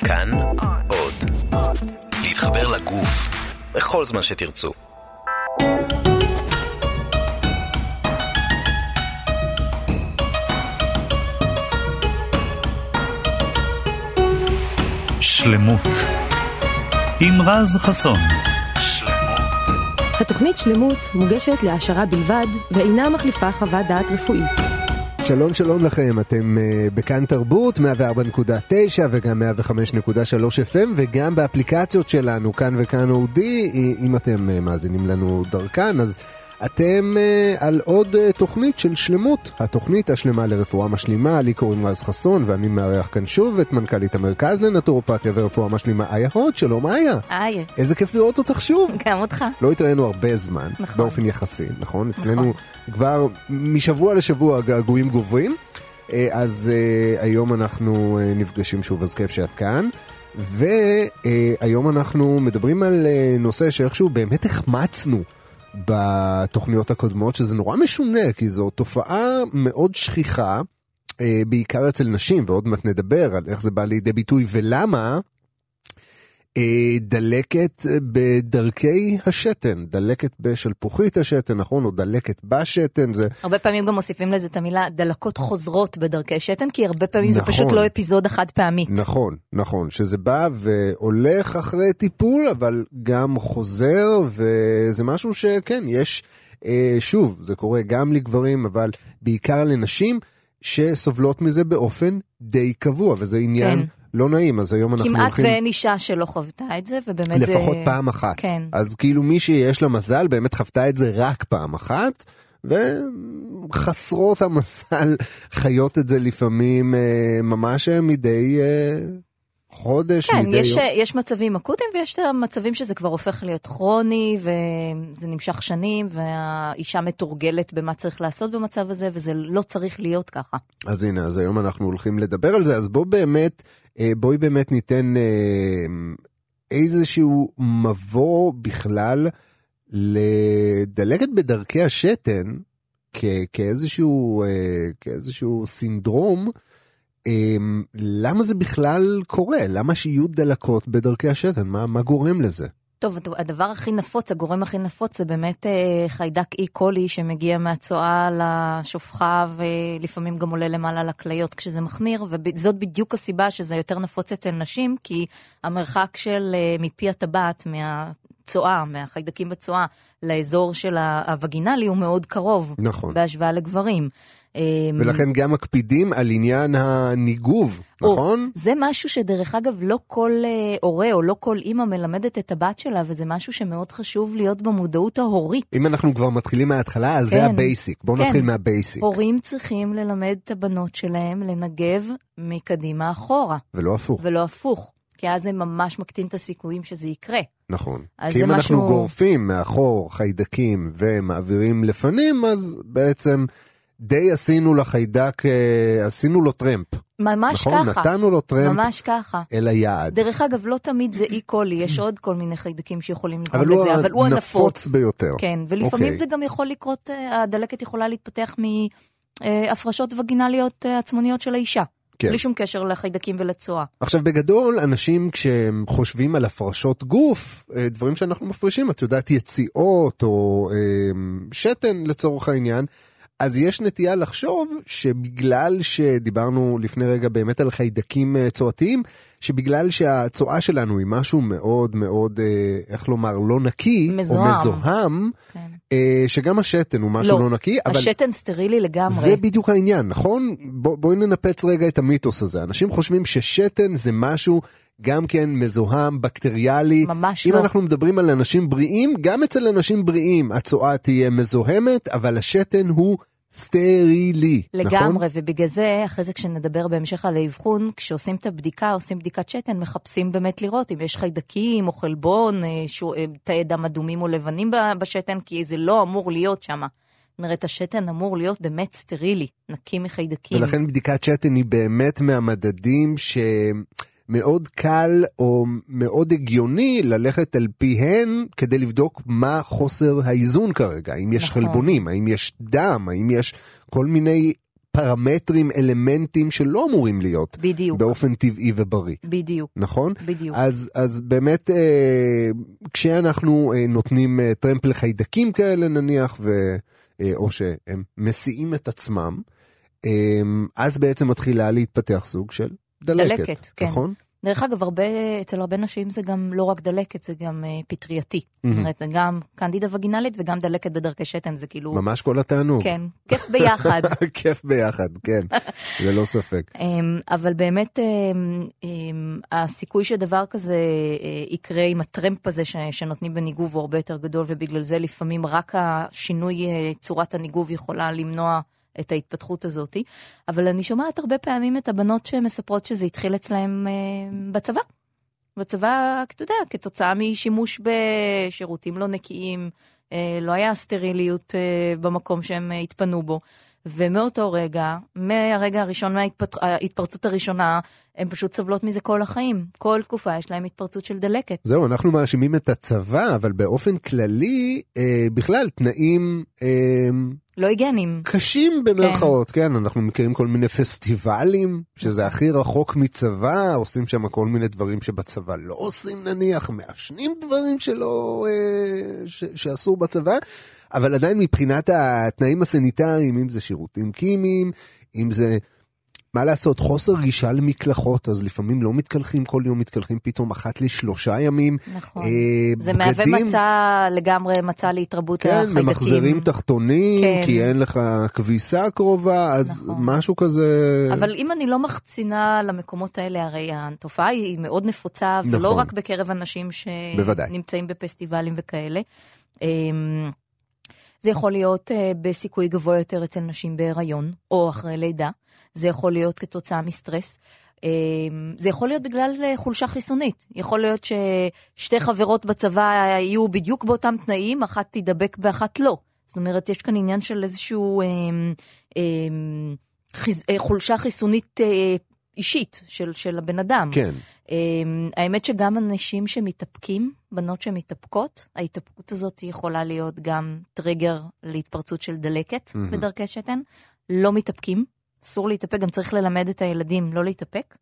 כאן עוד. להתחבר לגוף בכל זמן שתרצו. שלמות עם רז חסון. התוכנית שלמות מוגשת להעשרה בלבד ואינה מחליפה חוות דעת רפואית. שלום שלום לכם, אתם בכאן תרבות 104.9 וגם 105.3 FM וגם באפליקציות שלנו כאן וכאן אודי. אם אתם מאזינים לנו דרכן אז אתם על עוד תוכנית של שלמות, התוכנית השלמה לרפואה משלימה. לי קוראים רז חסון ואני מארח כאן שוב את מנכ"לית המרכז לנטורופתיה ורפואה משלימה איה הוד. שלום איה. איה. איזה כיף לראות אותך שוב. גם אותך. לא התראינו הרבה זמן, נכון. באופן יחסי, נכון? אצלנו כבר משבוע לשבוע הגעגועים גוברים, אז היום אנחנו נפגשים שוב, אז כיף שאת כאן. והיום אנחנו מדברים על נושא שאיכשהו באמת החמצנו בתוכניות הקודמות, שזה נורא משונה, כי זו תופעה מאוד שכיחה, בעיקר אצל נשים, ועוד מעט נדבר על איך זה בא לידי ביטוי ולמה. דלקת בדרכי השתן, דלקת בשלפוחית השתן, נכון? או דלקת בשתן. זה... הרבה פעמים גם מוסיפים לזה את המילה דלקות חוזרות בדרכי שתן, כי הרבה פעמים נכון. זה פשוט לא אפיזודה חד פעמית. נכון, נכון, שזה בא והולך אחרי טיפול, אבל גם חוזר, וזה משהו שכן, יש, שוב, זה קורה גם לגברים, אבל בעיקר לנשים שסובלות מזה באופן די קבוע, וזה עניין... כן. לא נעים, אז היום אנחנו הולכים... כמעט ואין אישה שלא חוותה את זה, ובאמת זה... לפחות פעם אחת. כן. אז כאילו מי שיש לה מזל, באמת חוותה את זה רק פעם אחת, וחסרות המזל חיות את זה לפעמים ממש מדי חודש, כן, מדי יום. יש מצבים אקוטיים, ויש מצבים שזה כבר הופך להיות כרוני, וזה נמשך שנים, והאישה מתורגלת במה צריך לעשות במצב הזה, וזה לא צריך להיות ככה. אז הנה, אז היום אנחנו הולכים לדבר על זה, אז בואי באמת ניתן איזשהו מבוא בכלל לדלקת בדרכי השתן כאיזשהו סינדרום. למה זה בכלל קורה? למה שיהיו דלקות בדרכי השתן? מה גורם לזה? טוב, הדבר הכי נפוץ, הגורם הכי נפוץ זה באמת חיידק אי קולי שמגיע מהצואה לשופחה ולפעמים גם עולה למעלה לכליות כשזה מחמיר, וזאת בדיוק הסיבה שזה יותר נפוץ אצל נשים, כי המרחק של מפי הטבעת מהצואה, מהחיידקים בצואה, לאזור של הווגינלי הוא מאוד קרוב. נכון. בהשוואה לגברים. ולכן גם מקפידים על עניין הניגוב, נכון? זה משהו שדרך אגב לא כל הורה או לא כל אמא מלמדת את הבת שלה, וזה משהו שמאוד חשוב להיות במודעות ההורית. אם אנחנו כבר מתחילים מההתחלה, אז זה הבייסיק. בואו נתחיל מהבייסיק. הורים צריכים ללמד את הבנות שלהם לנגב מקדימה אחורה. ולא הפוך. ולא הפוך. כי אז זה ממש מקטין את הסיכויים שזה יקרה. נכון. כי אם אנחנו גורפים מאחור חיידקים ומעבירים לפנים, אז בעצם... די עשינו לחיידק, עשינו לו טרמפ. ממש נכון? ככה. נתנו לו טרמפ ממש ככה. אל היעד. דרך אגב, לא תמיד זה אי קולי, יש עוד כל מיני חיידקים שיכולים לקרות לזה, אבל הוא הנפוץ ביותר. כן, ולפעמים זה גם יכול לקרות, הדלקת יכולה להתפתח מהפרשות וגינליות עצמוניות של האישה. כן. בלי שום קשר לחיידקים ולצואה. עכשיו בגדול, אנשים כשהם חושבים על הפרשות גוף, דברים שאנחנו מפרשים, את יודעת, יציאות או שתן לצורך העניין, אז יש נטייה לחשוב שבגלל שדיברנו לפני רגע באמת על חיידקים צואתיים, שבגלל שהצואה שלנו היא משהו מאוד מאוד, איך לומר, לא נקי, מזוהם. או מזוהם, כן. שגם השתן הוא משהו לא נקי. אבל השתן סטרילי לגמרי. זה בדיוק העניין, נכון? בואי ננפץ רגע את המיתוס הזה. אנשים חושבים ששתן זה משהו גם כן מזוהם, בקטריאלי. ממש אם לא. אנחנו מדברים על אנשים בריאים, גם אצל אנשים בריאים הצואה תהיה מזוהמת, אבל השתן הוא סטרילי. לגמרי, נכון? ובגלל זה, אחרי זה כשנדבר בהמשך על האבחון, כשעושים את הבדיקה, עושים בדיקת שתן, מחפשים באמת לראות אם יש חיידקים או חלבון, תאי דם אדומים או לבנים בשתן, כי זה לא אמור להיות שם. נראית, השתן אמור להיות באמת סטרילי, נקי מחיידקים. ולכן בדיקת שתן היא באמת מהמדדים מאוד קל או מאוד הגיוני ללכת על פיהן כדי לבדוק מה חוסר האיזון כרגע, האם יש חלבונים, האם יש דם, האם יש כל מיני פרמטרים, אלמנטים שלא אמורים להיות. בדיוק. באופן טבעי ובריא. בדיוק. נכון? בדיוק. אז באמת, כשאנחנו נותנים טרמפ לחיידקים כאלה נניח, או שהם מסיעים את עצמם, אז בעצם מתחילה להתפתח סוג של דלקת. כן. נכון? דרך אגב, אצל הרבה נשים זה גם לא רק דלקת, זה גם פטרייתי. זאת אומרת, גם קנדידה וגינלית וגם דלקת בדרכי שתן, זה כאילו... ממש כל התענוג. כן, כיף ביחד. כיף ביחד, כן, ללא ספק. אבל באמת, הסיכוי שדבר כזה יקרה עם הטרמפ הזה שנותנים בניגוב הוא הרבה יותר גדול, ובגלל זה לפעמים רק השינוי צורת הניגוב יכולה למנוע את ההתפתחות הזאת, אבל אני שומעת הרבה פעמים את הבנות שמספרות שזה התחיל אצלהם בצבא. בצבא, אתה יודע, כתוצאה משימוש בשירותים לא נקיים, לא היה סטריליות במקום שהם התפנו בו, ומאותו רגע, מהרגע הראשון, מההתפרצות הראשונה, הם פשוט סבלות מזה כל החיים. כל תקופה יש להם התפרצות של דלקת. זהו, אנחנו מאשימים את הצבא, אבל באופן כללי, בכלל, תנאים... לא היגיינים. קשים במרכאות, כן, אנחנו מכירים כל מיני פסטיבלים, שזה הכי רחוק מצבא, עושים שם כל מיני דברים שבצבא לא עושים נניח, מאשנים דברים שאסור בצבא, אבל עדיין מבחינת התנאים הסניטריים, אם זה שירותים קימיים, אם זה, מה לעשות, חוסר גישה למקלחות, אז לפעמים לא מתקלחים כל יום, מתקלחים פתאום 1-3 ימים. נכון. זה מהווה לגמרי מצע להתרבות החיידקים. כן, ממחזרים תחתונים, כי אין לך כביסה קרובה, אז משהו כזה... אבל אם אני לא מחצינה למקומות האלה, הרי התופעה היא מאוד נפוצה, ולא רק בקרב אנשים שנמצאים בפסטיבלים וכאלה. זה יכול להיות בסיכוי גבוה יותר אצל נשים בהיריון, או אחרי לידה. זה יכול להיות כתוצאה מסטרס. זה יכול להיות בגלל חולשה חיסונית. יכול להיות ששתי חברות בצבא יהיו בדיוק באותם תנאים, אחת תדבק ואחת לא. זאת אומרת, יש כאן עניין של איזשהו חולשה חיסונית אישית של הבן אדם. כן. האמת שגם אנשים שמתאפקים, בנות שמתאפקות, ההתאפקות הזאת יכולה להיות גם טריגר להתפרצות של דלקת בדרכי שתן. לא מתאפקים. אסור להתאפק, גם צריך ללמד את הילדים לא להתאפק.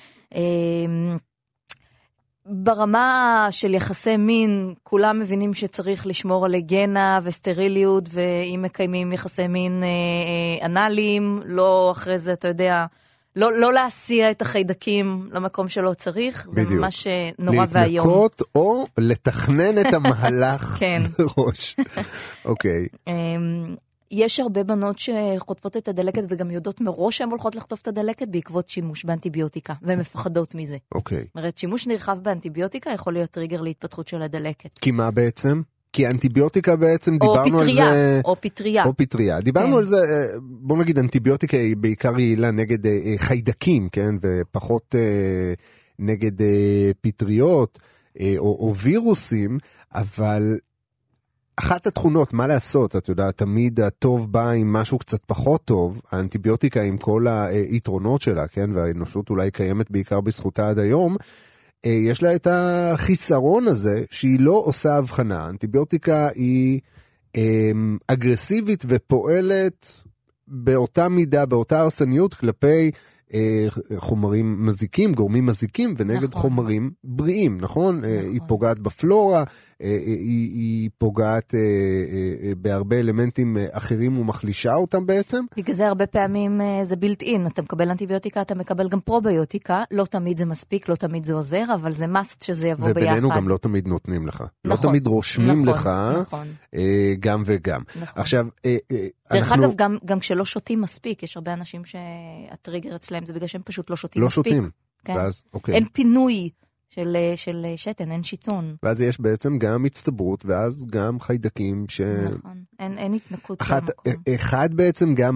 ברמה של יחסי מין, כולם מבינים שצריך לשמור על היגיינה וסטריליות, ואם מקיימים יחסי מין אנליים, לא אחרי זה, אתה יודע, לא להסיע את החיידקים למקום שלא צריך, זה ממש נורא והיום. להתנקות או לתכנן את המהלך בראש. אוקיי. יש הרבה בנות שחוטפות את הדלקת וגם יודעות מראש שהן הולכות לחטוף את הדלקת בעקבות שימוש באנטיביוטיקה, והן מפחדות מזה. אוקיי. זאת אומרת, שימוש נרחב באנטיביוטיקה יכול להיות טריגר להתפתחות של הדלקת. כי מה בעצם? כי אנטיביוטיקה בעצם דיברנו על זה... או פטריה. או פטריה. דיברנו על זה, בוא נגיד, אנטיביוטיקה היא בעיקר יעילה נגד חיידקים, כן? ופחות נגד פטריות או וירוסים, אבל... אחת התכונות, מה לעשות, אתה יודע, תמיד הטוב בא עם משהו קצת פחות טוב, האנטיביוטיקה עם כל היתרונות שלה, כן, והאנושות אולי קיימת בעיקר בזכותה עד היום, יש לה את החיסרון הזה, שהיא לא עושה הבחנה. האנטיביוטיקה היא אגרסיבית ופועלת באותה מידה, באותה הרסניות כלפי חומרים מזיקים, גורמים מזיקים, ונגד חומרים בריאים, נכון? היא פוגעת בפלורה, היא פוגעת בהרבה אלמנטים אחרים ומחלישה אותם בעצם. בגלל זה הרבה פעמים זה בילט אין, אתה מקבל אנטיביוטיקה, אתה מקבל גם פרוביוטיקה, לא תמיד זה מספיק, לא תמיד זה עוזר, אבל זה מאסט שזה יבוא ביחד. ובינינו גם לא תמיד נותנים לך. לא תמיד רושמים לך, גם וגם. עכשיו, דרך אגב, גם כשלא שותים מספיק, יש הרבה אנשים שהטריגר אצלהם זה בגלל שהם פשוט לא שותים מספיק. לא שותים, ואז, אוקיי. אין פינוי של שתן, אין שיטון. ואז יש בעצם גם הצטברות, ואז גם חיידקים נכון, אין התנקות. אחד בעצם גם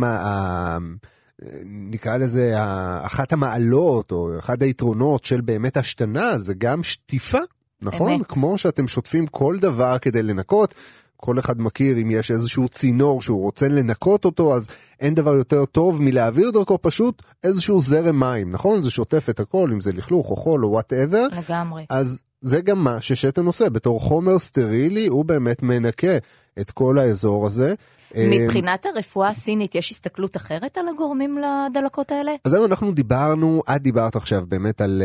נקרא לזה, אחת המעלות, או אחד היתרונות של באמת השתנה, זה גם שטיפה, נכון? אמת. כמו שאתם שוטפים כל דבר כדי לנקות, כל אחד מכיר אם יש איזשהו צינור שהוא רוצה לנקות אותו, אז אין דבר יותר טוב מלהעביר דרכו פשוט איזשהו זרם מים, נכון? זה שוטף את הכל, אם זה לכלוך או חול או whatever. לגמרי. אז זה גם מה ששתן עושה, בתור חומר סטרילי הוא באמת מנקה את כל האזור הזה. מבחינת הרפואה הסינית, יש הסתכלות אחרת על הגורמים לדלקות האלה? אז זהו, אנחנו דיברנו, את דיברת עכשיו באמת על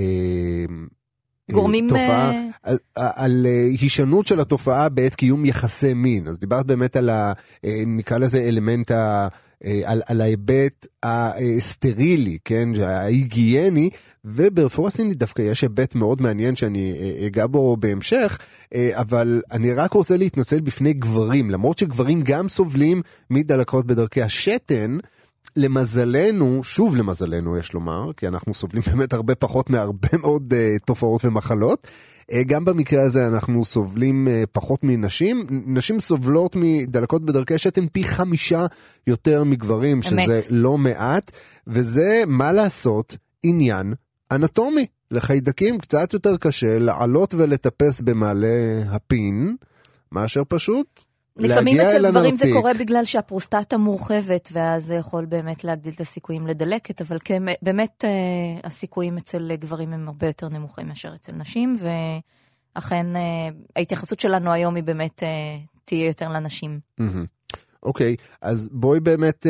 גורמים... תופעה, על הישנות של התופעה בעת קיום יחסי מין. אז דיברת באמת על נקרא לזה אלמנט על ההיבט הסטרילי, כן, ההיגייני, וברפואה סינית דווקא יש היבט מאוד מעניין שאני אגע בו בהמשך, אבל אני רק רוצה להתנצל בפני גברים, למרות שגברים גם סובלים מדלקות בדרכי השתן, למזלנו, שוב למזלנו יש לומר, כי אנחנו סובלים באמת הרבה פחות מהרבה מאוד תופעות ומחלות, גם במקרה הזה אנחנו סובלים פחות מנשים, נשים סובלות מדלקות בדרכי שתן פי 5 יותר מגברים, שזה לא מעט, וזה מה לעשות עניין אנטומי. לחיידקים קצת יותר קשה לעלות ולטפס במעלה הפין, מאשר פשוט לפעמים אצל גברים זה קורה בגלל שהפרוסטטה מורחבת, ואז זה יכול באמת להגדיל את הסיכויים לדלקת, אבל באמת הסיכויים אצל גברים הם הרבה יותר נמוכים מאשר אצל נשים, ואכן ההתייחסות שלנו היום היא באמת תהיה יותר לנשים. אוקיי, אז בואי באמת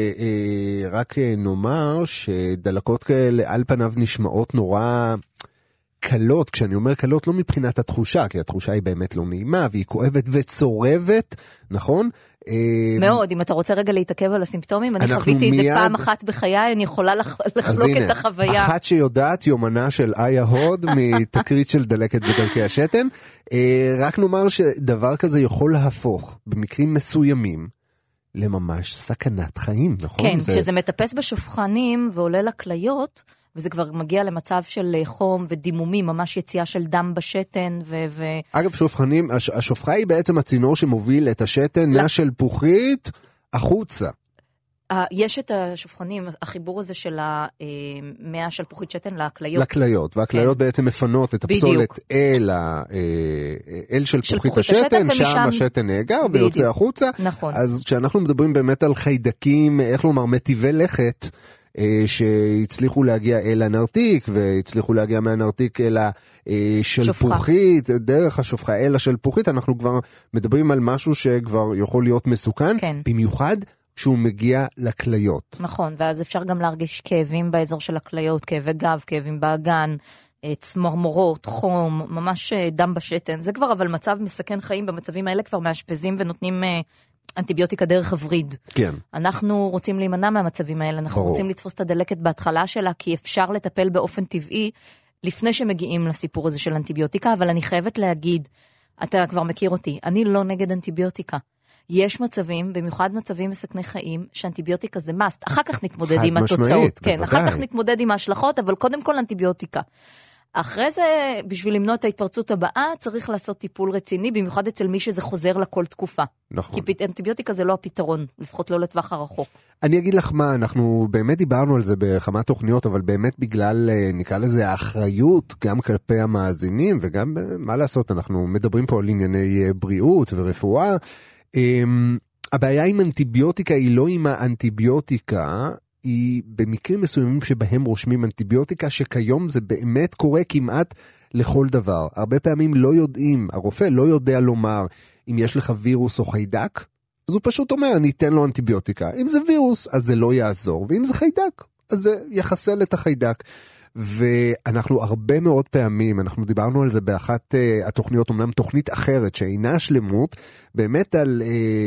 רק נאמר שדלקות כאלה על פניו נשמעות נורא קלות, כשאני אומר קלות לא מבחינת התחושה, כי התחושה היא באמת לא נעימה, והיא כואבת וצורבת, נכון? מאוד, אם אתה רוצה רגע להתעכב על הסימפטומים, אני חוויתי את זה פעם אחת בחיי, אני יכולה לחלוק את החוויה. אחת שיודעת יומנה של איה הוד, מתקרית של דלקת בדרכי השתן, רק נאמר שדבר כזה יכול להפוך, במקרים מסוימים, לממש סכנת חיים, נכון? כן, כשזה מטפס בשופחנים ועולה לכליות, וזה כבר מגיע למצב של חום ודימומים, ממש יציאה של דם בשתן. אגב, שופחנים, השופחה היא בעצם הצינור שמוביל את השתן מהשלפוחית החוצה. יש את השופחנים, החיבור הזה של מהשלפוחית שתן לכליות. לכליות, והכליות בעצם מפנות את הפסולת אל שלפוחית השתן, שם השתן נאגר ויוצא החוצה. נכון. אז כשאנחנו מדברים באמת על חיידקים, איך לומר, מטיבי לכת, שהצליחו להגיע אל הנרתיק, והצליחו להגיע מהנרתיק אל השלפוחית, דרך השופחה אל השלפוחית, אנחנו כבר מדברים על משהו שכבר יכול להיות מסוכן, כן. במיוחד כשהוא מגיע לכליות. נכון, ואז אפשר גם להרגיש כאבים באזור של הכליות, כאבי גב, כאבים באגן, צמרמורות, חום, ממש דם בשתן, זה כבר אבל מצב מסכן חיים, במצבים האלה כבר מאשפזים ונותנים אנטיביוטיקה דרך הווריד. כן. אנחנו רוצים להימנע מהמצבים האלה, אנחנו רוצים לתפוס את הדלקת בהתחלה שלה, כי אפשר לטפל באופן טבעי, לפני שמגיעים לסיפור הזה של אנטיביוטיקה, אבל אני חייבת להגיד, אתה כבר מכיר אותי, אני לא נגד אנטיביוטיקה. יש מצבים, במיוחד מצבים מסכני חיים, שאנטיביוטיקה זה מאסט. אחר כך נתמודד עם התוצאות. כן, אחר כך נתמודד עם ההשלכות, אבל קודם כל אנטיביוטיקה. אחרי זה, בשביל למנוע את ההתפרצות הבאה, צריך לעשות טיפול רציני, במיוחד אצל מי שזה חוזר לכל תקופה. נכון. כי אנטיביוטיקה זה לא הפתרון, לפחות לא לטווח הרחוק. אני אגיד לך מה, אנחנו באמת דיברנו על זה בכמה תוכניות, אבל באמת בגלל, נקרא לזה, האחריות, גם כלפי המאזינים, וגם, מה לעשות, אנחנו מדברים פה על ענייני בריאות ורפואה. הבעיה עם אנטיביוטיקה היא לא עם האנטיביוטיקה, היא במקרים מסוימים שבהם רושמים אנטיביוטיקה, שכיום זה באמת קורה כמעט לכל דבר. הרבה פעמים לא יודעים, הרופא לא יודע לומר אם יש לך וירוס או חיידק, אז הוא פשוט אומר, אני אתן לו אנטיביוטיקה. אם זה וירוס, אז זה לא יעזור, ואם זה חיידק, אז זה יחסל את החיידק. ואנחנו הרבה מאוד פעמים, אנחנו דיברנו על זה באחת התוכניות, אמנם תוכנית אחרת, שאינה שלמות, באמת על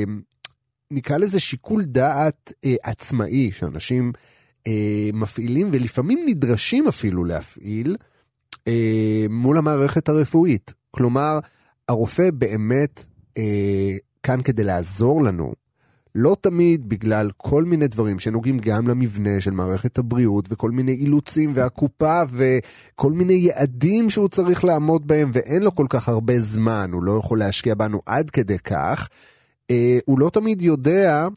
נקרא לזה שיקול דעת עצמאי, שאנשים מפעילים, ולפעמים נדרשים אפילו להפעיל, מול המערכת הרפואית. כלומר, הרופא באמת כאן כדי לעזור לנו, לא תמיד בגלל כל מיני דברים שנוגעים גם למבנה של מערכת הבריאות, וכל מיני אילוצים והקופה, וכל מיני יעדים שהוא צריך לעמוד בהם, ואין לו כל כך הרבה זמן, הוא לא יכול להשקיע בנו עד כדי כך, הוא לא תמיד יודע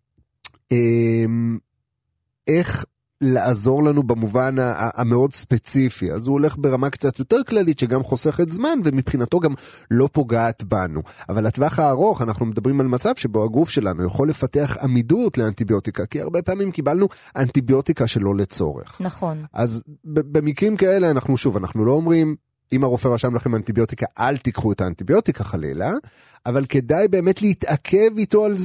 איך לעזור לנו במובן המאוד ספציפי, אז הוא הולך ברמה קצת יותר כללית שגם חוסכת זמן ומבחינתו גם לא פוגעת בנו, אבל לטווח הארוך אנחנו מדברים על מצב שבו הגוף שלנו יכול לפתח עמידות לאנטיביוטיקה, כי הרבה פעמים קיבלנו אנטיביוטיקה שלא לצורך. נכון. אז במקרים כאלה אנחנו לא אומרים אם הרופא רשם לכם אנטיביוטיקה, אל תיקחו את האנטיביוטיקה חלילה, אבל כדאי באמת להתעכב איתו על זה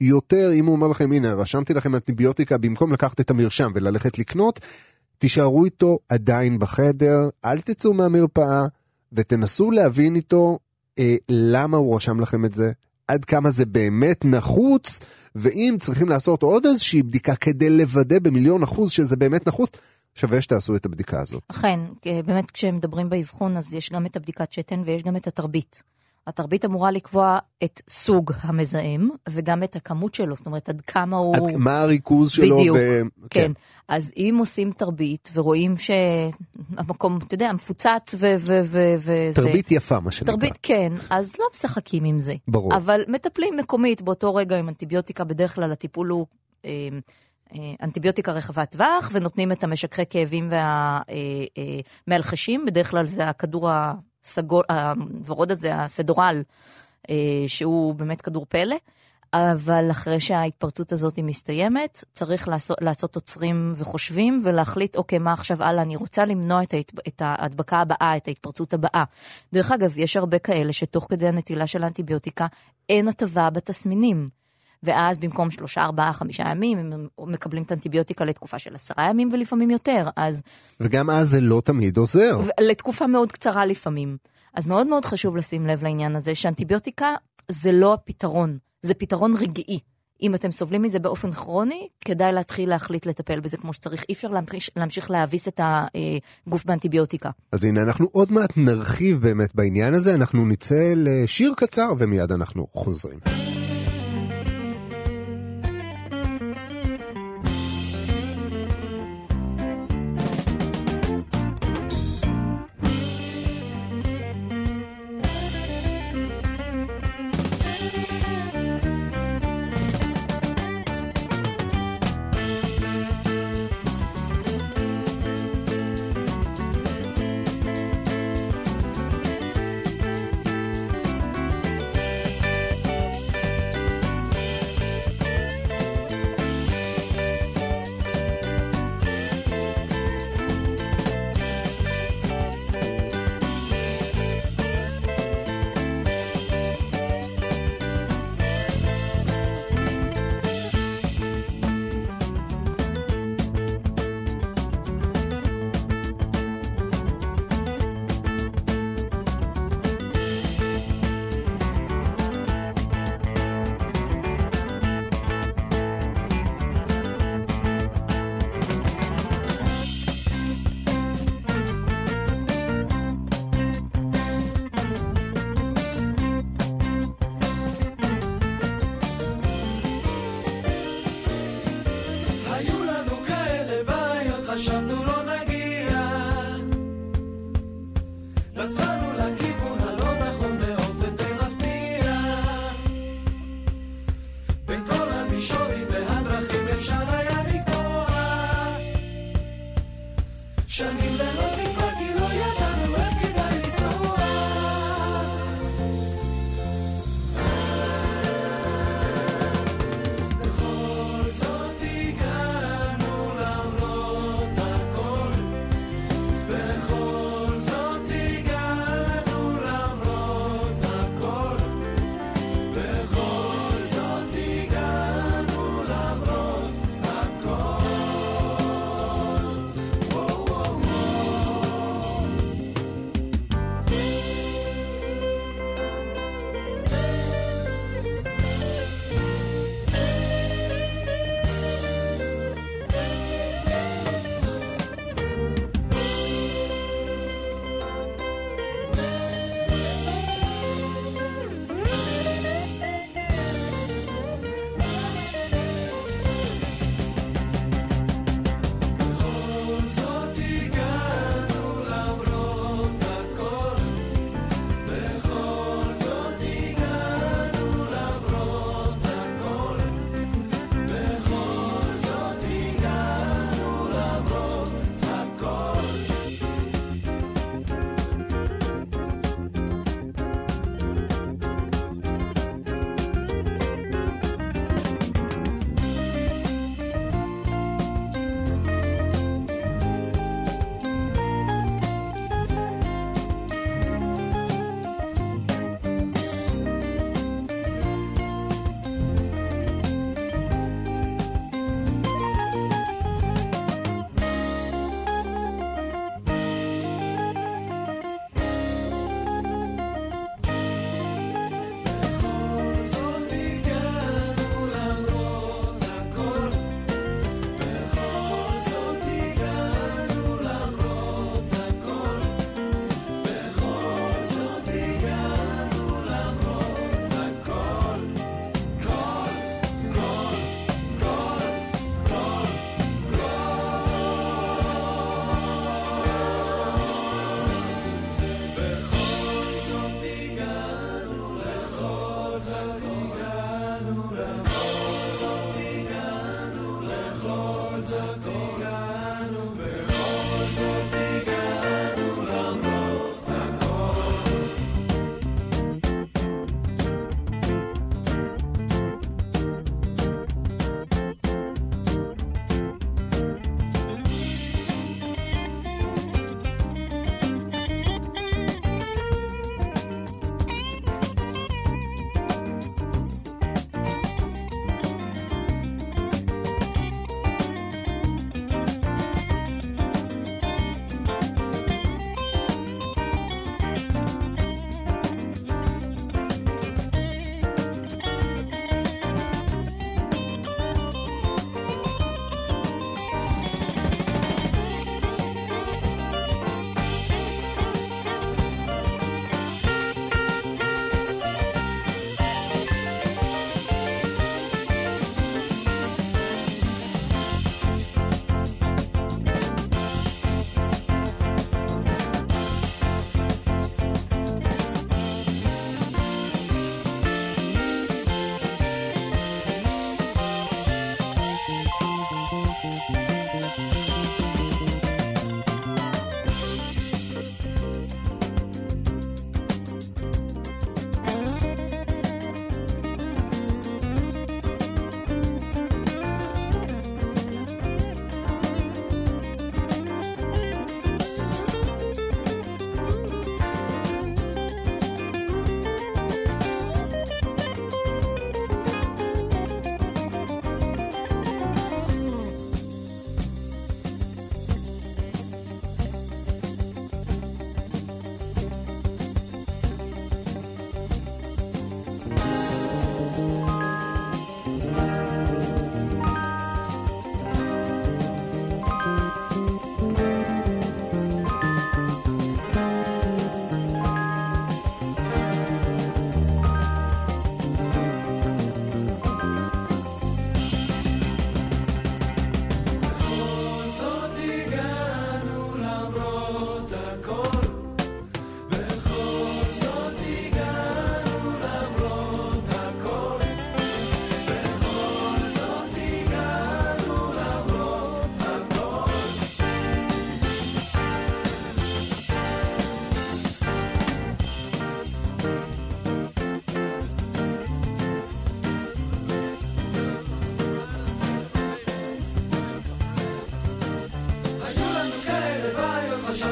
יותר, אם הוא אומר לכם, הנה, רשמתי לכם אנטיביוטיקה, במקום לקחת את המרשם וללכת לקנות, תישארו איתו עדיין בחדר, אל תצאו מהמרפאה, ותנסו להבין איתו למה הוא רשם לכם את זה, עד כמה זה באמת נחוץ, ואם צריכים לעשות עוד איזושהי בדיקה כדי לוודא ב1,000,000% שזה באמת נחוץ, שווה שתעשו את הבדיקה הזאת. אכן, באמת כשמדברים באבחון, אז יש גם את הבדיקת שתן ויש גם את התרבית. התרבית אמורה לקבוע את סוג המזהם, וגם את הכמות שלו, זאת אומרת, עד כמה הוא... מה הריכוז שלו? בדיוק, כן. אז אם עושים תרבית, ורואים שהמקום, אתה יודע, מפוצץ תרבית יפה, מה שנקרא. תרבית, כן, אז לא משחקים עם זה. ברור. אבל מטפלים מקומית באותו רגע עם אנטיביוטיקה, בדרך כלל הטיפול הוא אנטיביוטיקה רחבת טווח, ונותנים את המשככי כאבים והמלחשים, בדרך כלל זה הכדור הסגול, הוורוד הזה, הסדורל, שהוא באמת כדור פלא, אבל אחרי שההתפרצות הזאת היא מסתיימת, צריך לעשות עוצרים וחושבים, ולהחליט, אוקיי, מה עכשיו הלאה, אני רוצה למנוע את ההדבקה הבאה, את ההתפרצות הבאה. דרך אגב, יש הרבה כאלה שתוך כדי הנטילה של האנטיביוטיקה, אין הטבה בתסמינים. ואז במקום 3, 4, 5 ימים, הם מקבלים את האנטיביוטיקה לתקופה של 10 ימים, ולפעמים יותר. וגם אז זה לא תמיד עוזר. לתקופה מאוד קצרה לפעמים. אז מאוד מאוד חשוב לשים לב לעניין הזה, שאנטיביוטיקה זה לא הפתרון, זה פתרון רגעי. אם אתם סובלים מזה באופן כרוני, כדאי להתחיל להחליט לטפל בזה כמו שצריך. אי אפשר להמשיך להביס את הגוף באנטיביוטיקה. אז הנה, אנחנו עוד מעט נרחיב באמת בעניין הזה, אנחנו נצא לשיר קצר, ומיד אנחנו חוזרים.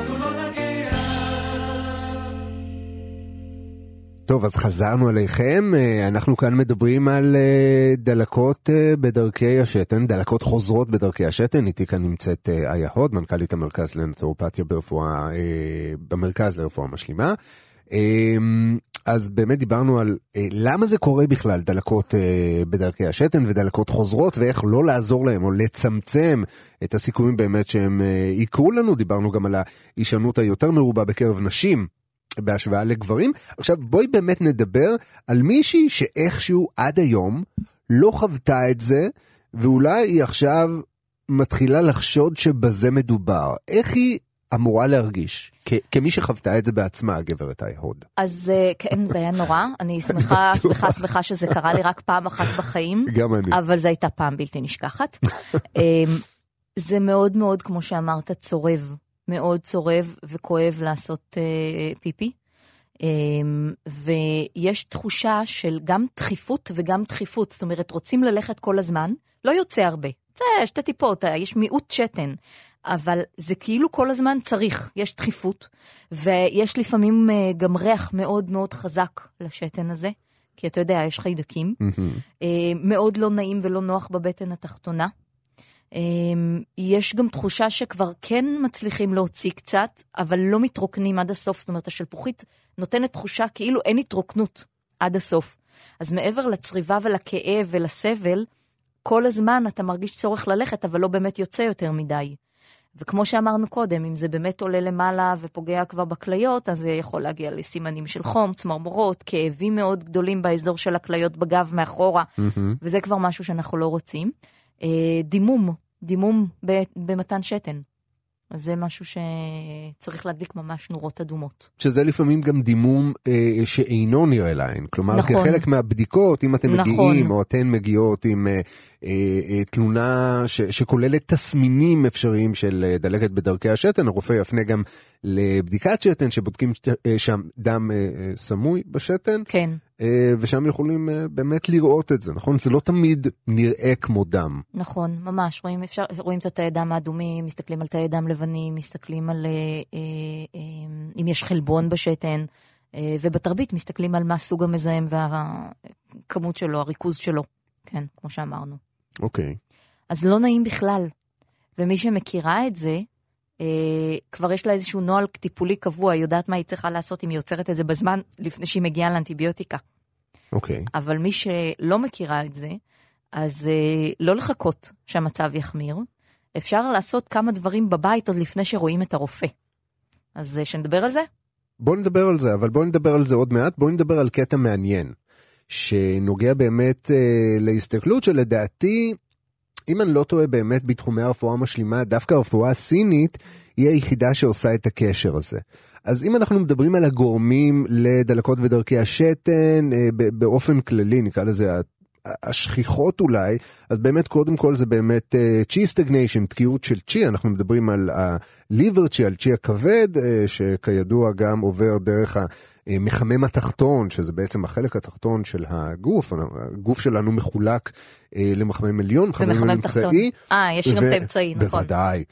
טוב, אז חזרנו עליכם, אנחנו כאן מדברים על דלקות בדרכי השתן, דלקות חוזרות בדרכי השתן, איתי כאן נמצאת איה הוד, מנכ"לית המרכז לנטורופתיה ברפואה, במרכז לרפואה משלימה. אז באמת דיברנו על למה זה קורה בכלל, דלקות בדרכי השתן ודלקות חוזרות, ואיך לא לעזור להם או לצמצם את הסיכויים באמת שהם יקרו לנו. דיברנו גם על ההישנות היותר מרובה בקרב נשים, בהשוואה לגברים. עכשיו בואי באמת נדבר על מישהי שאיכשהו עד היום לא חוותה את זה, ואולי היא עכשיו מתחילה לחשוד שבזה מדובר. איך היא אמורה להרגיש? כמי שחוותה את זה בעצמה, הגברת היהוד. אז כן, זה היה נורא. אני שמחה שזה קרה לי רק פעם אחת בחיים. גם אני. אבל זו הייתה פעם בלתי נשכחת. זה מאוד מאוד, כמו שאמרת, צורב. מאוד צורב וכואב לעשות פיפי, ויש תחושה של גם דחיפות וגם דחיפות, זאת אומרת רוצים ללכת כל הזמן, לא יוצא הרבה, זה שתי טיפות, יש מיעוט שתן, אבל זה כאילו כל הזמן צריך, יש דחיפות, ויש לפעמים גם ריח מאוד מאוד חזק לשתן הזה, כי אתה יודע, יש חיידקים, מאוד לא נעים ולא נוח בבטן התחתונה, יש גם תחושה שכבר כן מצליחים להוציא קצת, אבל לא מתרוקנים עד הסוף. זאת אומרת, השלפוחית נותנת תחושה כאילו אין התרוקנות עד הסוף. אז מעבר לצריבה ולכאב ולסבל, כל הזמן אתה מרגיש צורך ללכת, אבל לא באמת יוצא יותר מדי. וכמו שאמרנו קודם, אם זה באמת עולה למעלה ופוגע כבר בכליות, אז זה יכול להגיע לסימנים של חום, צמרמורות, כאבים מאוד גדולים באזור של הכליות בגב מאחורה, וזה כבר משהו שאנחנו לא רוצים. דימום במתן שתן. אז זה משהו שצריך להדליק ממש נורות אדומות. שזה לפעמים גם דימום שאינו נראה לעין. כלומר, נכון. כחלק מהבדיקות, אם אתם נכון. מגיעים או אתן מגיעות עם תלונה שכוללת תסמינים אפשריים של דלקת בדרכי השתן, הרופא יפנה גם לבדיקת שתן, שבודקים שם דם סמוי בשתן. כן. ושם יכולים באמת לראות את זה, נכון? זה לא תמיד נראה כמו דם. נכון, ממש. רואים את התאי דם האדומים, מסתכלים על תאי דם לבנים, מסתכלים על אם יש חלבון בשתן, ובתרבית מסתכלים על מה סוג המזהם והכמות שלו, הריכוז שלו. כן, כמו שאמרנו. אוקיי. אז לא נעים בכלל. ומי שמכירה את זה, כבר יש לה איזשהו נוהל טיפולי קבוע, יודעת מה היא צריכה לעשות אם היא יוצרת את זה בזמן לפני שהיא מגיעה לאנטיביוטיקה. אוקיי. אבל מי שלא מכירה את זה, אז לא לחכות שהמצב יחמיר. אפשר לעשות כמה דברים בבית עוד לפני שרואים את הרופא. אז שנדבר על זה? בוא נדבר על זה, אבל בוא נדבר על זה עוד מעט. בוא נדבר על קטע מעניין, שנוגע באמת להסתכלות שלדעתי, אם אני לא טועה באמת בתחומי הרפואה המשלימה, דווקא הרפואה הסינית היא היחידה שעושה את הקשר הזה. אז אם אנחנו מדברים על הגורמים לדלקות בדרכי השתן, באופן כללי, נקרא לזה השכיחות אולי, אז באמת קודם כל זה באמת צ'י סטגניישן, תקיעות של צ'י, אנחנו מדברים על הליבר צ'י, על צ'י הכבד, שכידוע גם עובר דרך המחמם התחתון, שזה בעצם החלק התחתון של הגוף, הגוף שלנו מחולק למחמם עליון, מחמם אמצעי. יש גם את האמצעי, נכון. בוודאי.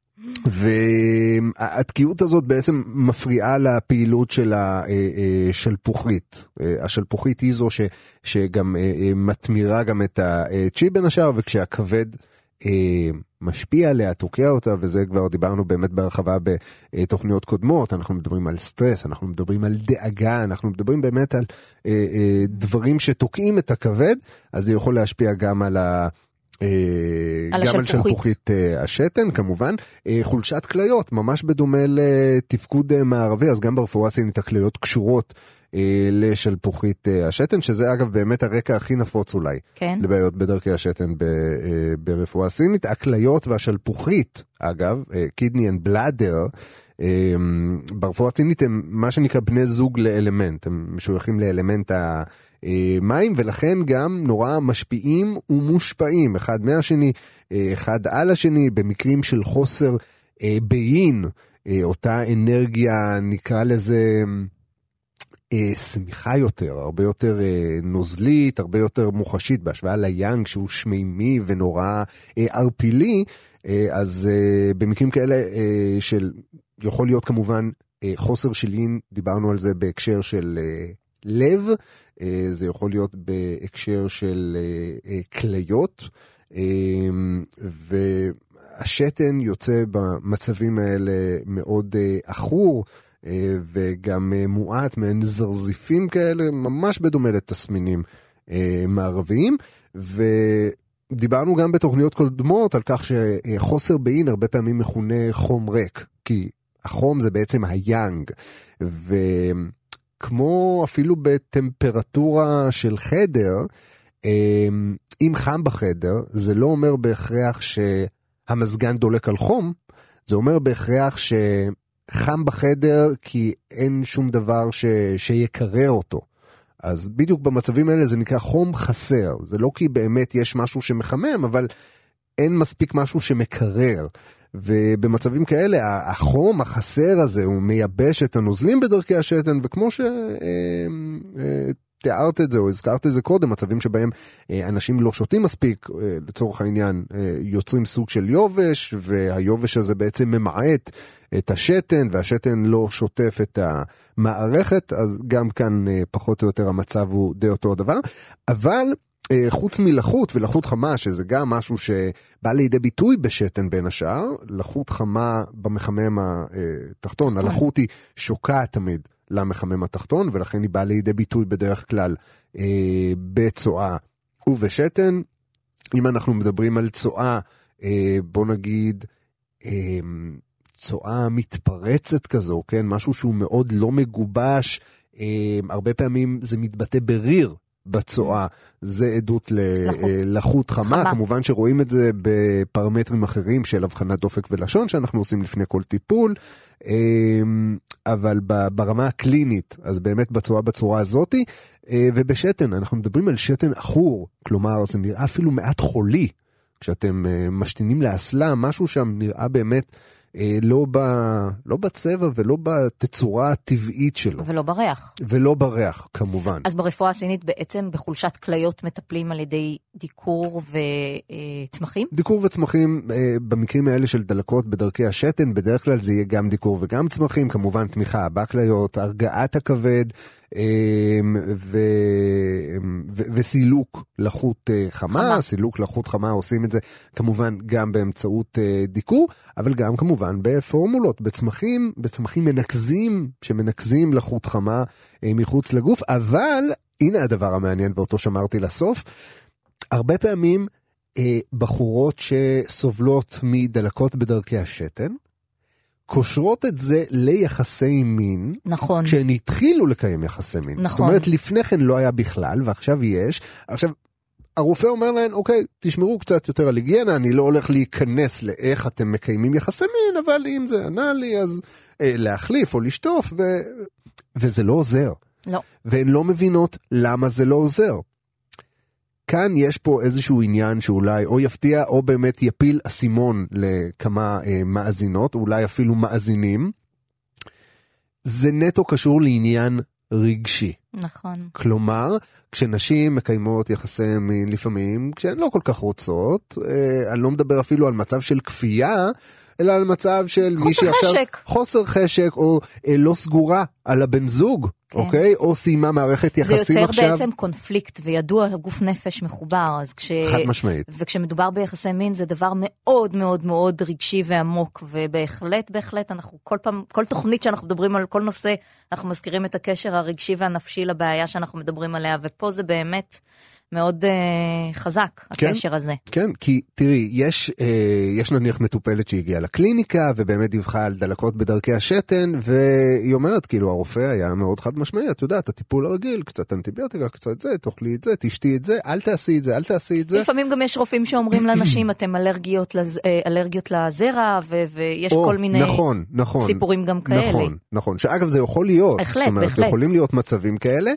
והתקיעות הזאת בעצם מפריעה לפעילות של השלפוחית. השלפוחית היא זו שגם מתמירה גם את הצ'י בין השאר, וכשהכבד משפיע עליה, תוקע אותה, וזה כבר דיברנו באמת בהרחבה בתוכניות קודמות, אנחנו מדברים על סטרס, אנחנו מדברים על דאגה, אנחנו מדברים באמת על דברים שתוקעים את הכבד, אז זה יכול להשפיע גם על גם על שלפוחית השתן, כמובן. חולשת כליות, ממש בדומה לתפקוד מערבי, אז גם ברפואה הסינית הכליות קשורות לשלפוחית השתן, שזה אגב באמת הרקע הכי נפוץ אולי, כן. לבעיות בדרכי השתן ברפואה הסינית. הכליות והשלפוחית, אגב, kidney and bladder, ברפואה הסינית הם מה שנקרא בני זוג לאלמנט, הם משויכים לאלמנט מים, ולכן גם נורא משפיעים ומושפעים אחד מהשני, אחד על השני, במקרים של חוסר ביין, אותה אנרגיה, נקרא לזה סמיכה יותר, הרבה יותר נוזלית, הרבה יותר מוחשית, בהשוואה ליאנג שהוא שמימי ונורא ערפילי, אז במקרים כאלה של, יכול להיות כמובן חוסר של יין, דיברנו על זה בהקשר של לב, זה יכול להיות בהקשר של כליות, והשתן יוצא במצבים האלה מאוד אחור, וגם מועט מעין זרזיפים כאלה, ממש בדומה לתסמינים מערביים, ודיברנו גם בתוכניות קודמות על כך שחוסר בעין הרבה פעמים מכונה חום ריק, כי החום זה בעצם היאנג, וכמו אפילו בטמפרטורה של חדר, אם חם בחדר, זה לא אומר בהכרח שהמזגן דולק על חום, זה אומר בהכרח חם בחדר כי אין שום דבר שיקרר אותו. אז בדיוק במצבים האלה זה נקרא חום חסר. זה לא כי באמת יש משהו שמחמם, אבל אין מספיק משהו שמקרר. ובמצבים כאלה, החום החסר הזה הוא מייבש את הנוזלים בדרכי השתן, וכמו תיארת את זה או הזכרת את זה קודם, מצבים שבהם אנשים לא שותים מספיק, לצורך העניין יוצרים סוג של יובש, והיובש הזה בעצם ממעט את השתן, והשתן לא שוטף את המערכת, אז גם כאן פחות או יותר המצב הוא די אותו הדבר, אבל חוץ מלחות ולחות חמה, שזה גם משהו שבא לידי ביטוי בשתן בין השאר, לחות חמה במחמם התחתון, הלחות היא שוקעת תמיד למחמם התחתון, ולכן היא באה לידי ביטוי בדרך כלל בצואה ובשתן. אם אנחנו מדברים על צואה, בוא נגיד צואה מתפרצת כזו, כן? משהו שהוא מאוד לא מגובש, הרבה פעמים זה מתבטא בריר בצואה, זה עדות ללחות חמה, כמובן שרואים את זה בפרמטרים אחרים של הבחנת דופק ולשון שאנחנו עושים לפני כל טיפול, אבל ברמה הקלינית, אז באמת בצורה הזאת, ובשתן, אנחנו מדברים על שתן אחור, כלומר זה נראה אפילו מעט חולי, כשאתם משתינים לאסלה, משהו שם נראה באמת לא בצבע ולא בתצורה הטבעית שלו. ולא בריח. ולא בריח, כמובן. אז ברפואה הסינית בעצם בחולשת כליות מטפלים על ידי דיקור וצמחים? דיקור וצמחים, במקרים האלה של דלקות בדרכי השתן, בדרך כלל זה יהיה גם דיקור וגם צמחים, כמובן תמיכה בכליות, הרגעת הכבד, וסילוק לחות חמה, סילוק לחות חמה עושים את זה כמובן גם באמצעות דיקור, אבל גם כמובן בפורמולות, בצמחים מנקזים, שמנקזים לחות חמה מחוץ לגוף, אבל הנה הדבר המעניין ואותו שמרתי לסוף, הרבה פעמים בחורות שסובלות מדלקות בדרכי השתן, קושרות את זה ליחסי מין, נכון. כשהן התחילו לקיים יחסי מין. נכון. זאת אומרת, לפני כן לא היה בכלל, ועכשיו יש. עכשיו, הרופא אומר להן, אוקיי, תשמרו קצת יותר על היגיינה, אני לא הולך להיכנס לאיך אתם מקיימים יחסי מין, אבל אם זה ענה לי, אז להחליף או לשטוף, וזה לא עוזר. לא. והן לא מבינות למה זה לא עוזר. כאן יש פה איזשהו עניין שאולי או יפתיע או באמת יפיל אסימון לכמה מאזינות, אולי אפילו מאזינים. זה נטו קשור לעניין רגשי. נכון. כלומר, כשנשים מקיימות יחסי מין לפעמים, כשהן לא כל כך רוצות, אני לא מדבר אפילו על מצב של כפייה, אלא על מצב של מישהי עכשיו חוסר חשק או לא סגורה על הבן זוג, אוקיי? או סיימה מערכת יחסים עכשיו. זה יוצר בעצם קונפליקט, וידוע גוף נפש מחובר, אז חד משמעית. וכשמדובר ביחסי מין זה דבר מאוד מאוד מאוד רגשי ועמוק, ובהחלט אנחנו כל תוכנית שאנחנו מדברים על כל נושא, אנחנו מזכירים את הקשר הרגשי והנפשי לבעיה שאנחנו מדברים עליה, ופה זה באמת מאוד חזק, הקשר הזה. כן, כי תראי, יש נניח מטופלת שהגיעה לקליניקה, ובאמת דיווחה על דלקות בדרכי השתן, והיא אומרת, כאילו, הרופא היה מאוד חד משמעי, את יודעת, הטיפול הרגיל, קצת אנטיביוטיקה, קצת זה, תאכלי את זה, תשתי את זה, אל תעשי את זה, אל תעשי את זה. לפעמים גם יש רופאים שאומרים לאנשים, אתם אלרגיות לזרע, ויש כל מיני סיפורים גם כאלה. נכון, שאגב זה יכול להיות, זאת אומרת, יכולים להיות מצבים כאלה,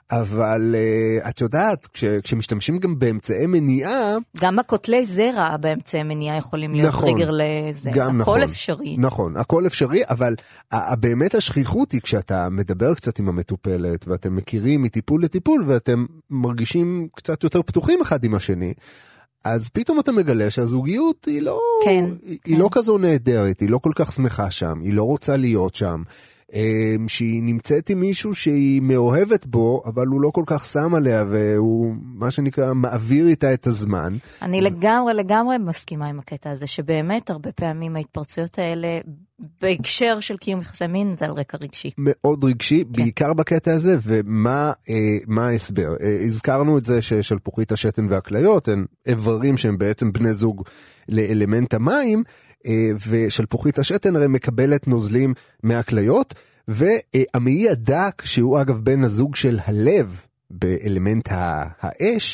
אבל את יודעת, כשמשתמשים גם באמצעי מניעה... גם הקוטלי זרע באמצעי מניעה יכולים להיות טריגר לזה. גם הכל אפשרי. נכון, הכל אפשרי, אבל באמת השכיחות היא כשאתה מדבר קצת עם המטופלת, ואתם מכירים מטיפול לטיפול, ואתם מרגישים קצת יותר פתוחים אחד עם השני, אז פתאום אתה מגלה שהזוגיות היא לא, היא לא כזו נהדרת, היא לא כל כך שמחה שם, היא לא רוצה להיות שם, שהיא נמצאת עם מישהו שהיא מאוהבת בו, אבל הוא לא כל כך שם עליה, והוא מה שנקרא מעביר איתה את הזמן. אני לגמרי מסכימה עם הקטע הזה, שבאמת הרבה פעמים ההתפרצויות האלה, בהקשר של קיום יחסי מין, זה על רקע רגשי. מאוד רגשי, בעיקר בקטע הזה, ומה ההסבר? הזכרנו את זה ששלפוחית השתן והכליות, הן איברים שהם בעצם בני זוג לאלמנט המים, ושלפוחית השתן הרי מקבלת נוזלים מהכליות, והמעי הדק, שהוא אגב בן הזוג של הלב, באלמנט האש,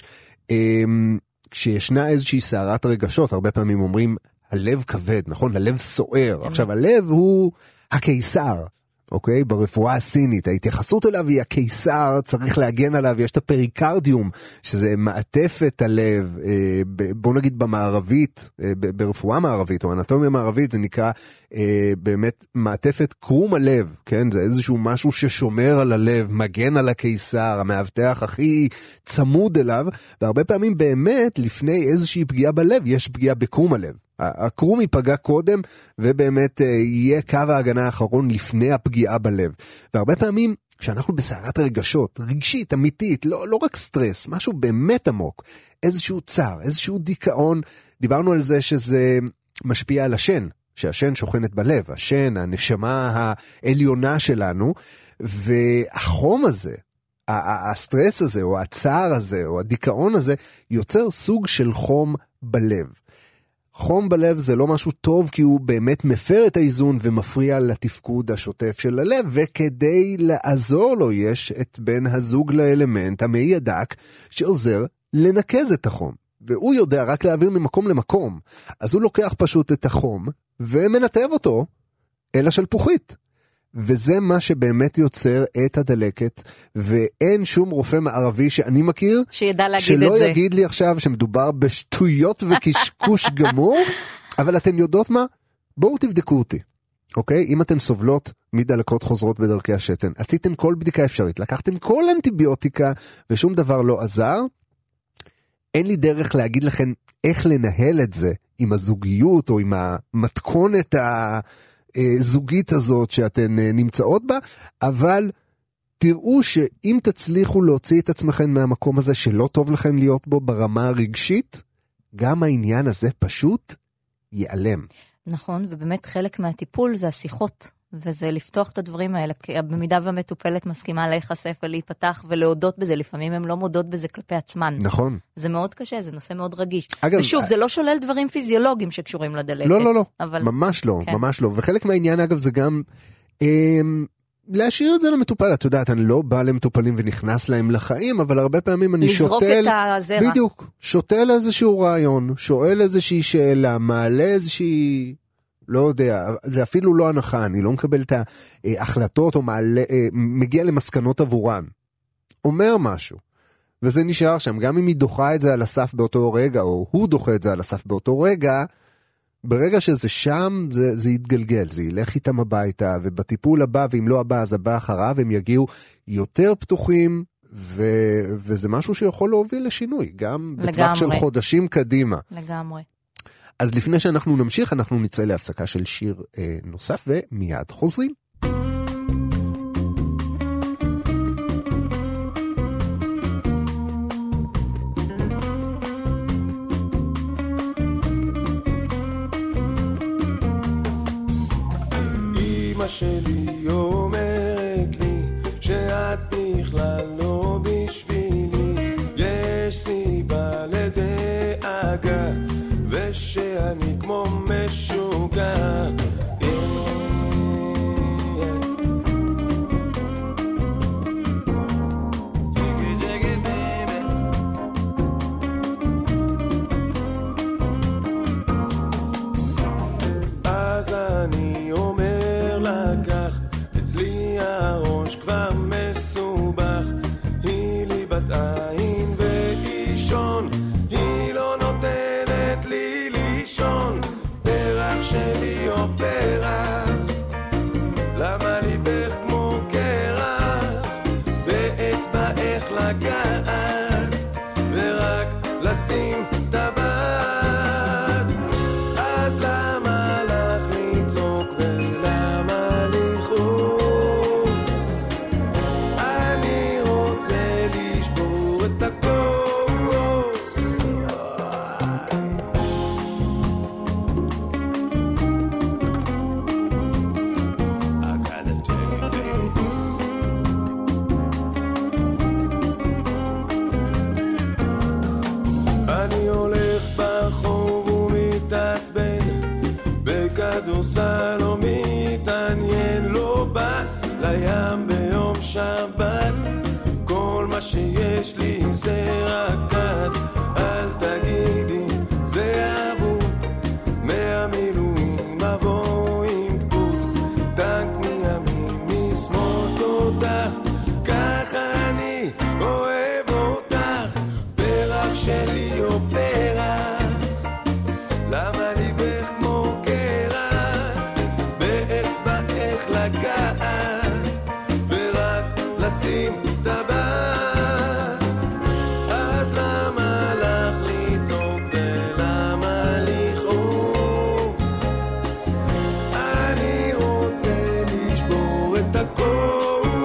כשישנה איזושהי סערת רגשות, הרבה פעמים אומרים, הלב כבד, נכון? הלב סוער. עכשיו, הלב הוא הקיסר, אוקיי? ברפואה הסינית, ההתייחסות אליו היא הקיסר, צריך להגן עליו, יש את הפריקרדיום, שזה מעטפת הלב, בוא נגיד במערבית, ברפואה מערבית, או אנטומיה מערבית, זה נקרא באמת מעטפת קרום הלב, כן? זה איזשהו משהו ששומר על הלב, מגן על הקיסר, המאבטח הכי צמוד אליו, והרבה פעמים באמת, לפני איזושהי פגיעה בלב, יש פגיעה בקרום הלב. הקרום ייפגע קודם, ובאמת יהיה קו ההגנה האחרון לפני הפגיעה בלב. והרבה פעמים, כשאנחנו בסערת רגשות, רגשית, אמיתית, לא רק סטרס, משהו באמת עמוק, איזשהו צער, איזשהו דיכאון, דיברנו על זה שזה משפיע על השן, שהשן שוכנת בלב, השן, הנשמה העליונה שלנו, והחום הזה, הסטרס הזה, או הצער הזה, או הדיכאון הזה, יוצר סוג של חום בלב. חום בלב זה לא משהו טוב, כי הוא באמת מפר את האיזון ומפריע לתפקוד השוטף של הלב, וכדי לעזור לו יש את בן הזוג לאלמנט, המעי הדק, שעוזר לנקז את החום. והוא יודע רק להעביר ממקום למקום. אז הוא לוקח פשוט את החום, ומנתב אותו אל השלפוחית. וזה מה שבאמת יוצר את הדלקת, ואין שום רופא מערבי שאני מכיר, שידע להגיד את זה. שלא יגיד לי עכשיו שמדובר בשטויות וקשקוש גמור, אבל אתן יודעות מה? בואו תבדקו אותי, אוקיי? אם אתן סובלות מדלקות חוזרות בדרכי השתן, עשיתן כל בדיקה אפשרית, לקחתן כל אנטיביוטיקה, ושום דבר לא עזר, אין לי דרך להגיד לכם איך לנהל את זה, עם הזוגיות או עם המתכונת זוגית הזאת שאתן נמצאות בה, אבל תראו שאם תצליחו להוציא את עצמכם מהמקום הזה שלא טוב לכם להיות בו ברמה הרגשית, גם העניין הזה פשוט ייעלם. נכון, ובאמת חלק מהטיפול זה השיחות, וזה לפתוח את הדברים האלה, כי במידה והמטופלת מסכימה להיחשף ולהיפתח ולהודות בזה, לפעמים הם לא מודות בזה כלפי עצמן. נכון. זה מאוד קשה, זה נושא מאוד רגיש. אגב, ושוב, זה לא שולל דברים פיזיולוגיים שקשורים לדלקת. לא, אבל... ממש לא, כן. ממש לא. וחלק מהעניין אגב זה גם להשאיר את זה למטופל. את יודעת, אני לא בא למטופלים ונכנס להם לחיים, אבל הרבה פעמים אני לזרוק שותל... את הזרע. בדיוק, שותל איזשהו רעיון, שואל איזושהי שאלה, מעלה איזושהי... לא יודע, זה אפילו לא הנחה, אני לא מקבל את ההחלטות או מגיע למסקנות עבורן. אומר משהו, וזה נשאר שם, גם אם היא דוחה את זה על הסף באותו רגע, או הוא דוחה את זה על הסף באותו רגע, ברגע שזה שם, זה יתגלגל, זה ילך איתם הביתה, ובטיפול הבא, ואם לא הבא, אז הבא אחריו, הם יגיעו יותר פתוחים, וזה משהו שיכול להוביל לשינוי, גם בטווח של חודשים קדימה. לגמרי. אז לפני שאנחנו נמשיך, אנחנו נצא להפסקה של שיר נוסף, ומיד חוזרים. אמא שלי אומרת לי, שאת בכלל לא בשבילי, יש סיבה לדאגה, ושאני כמו משוגע. אז אני אומר לה כך, אצלי הראש כבר מסובך, היא למה ליבך כמו קרח, באצבע איך לגעת, ורק לשים טבעת. אז למה לך לצעוק ולמה לכעוס? אני רוצה לשבור את הכוס. I gotta tell you baby, אני הולך ברחוב ומתעצבן, בכדורסל לא מתעניין, לא בא לים ביום שבת, כל מה שיש לי זה רק את. אל תגידי זה אבוד, מהמילואים אבוא עם גדוד, טנק מימין משמאל תותח, ככה אני אוהב אותך, פרח שלי או פרח, למה ליבך כמו קרח, באצבע איך לגעת, ורק לשים טבעת. אז למה לך לצעוק ולמה לכעוס? אני רוצה לשבור את הכוס.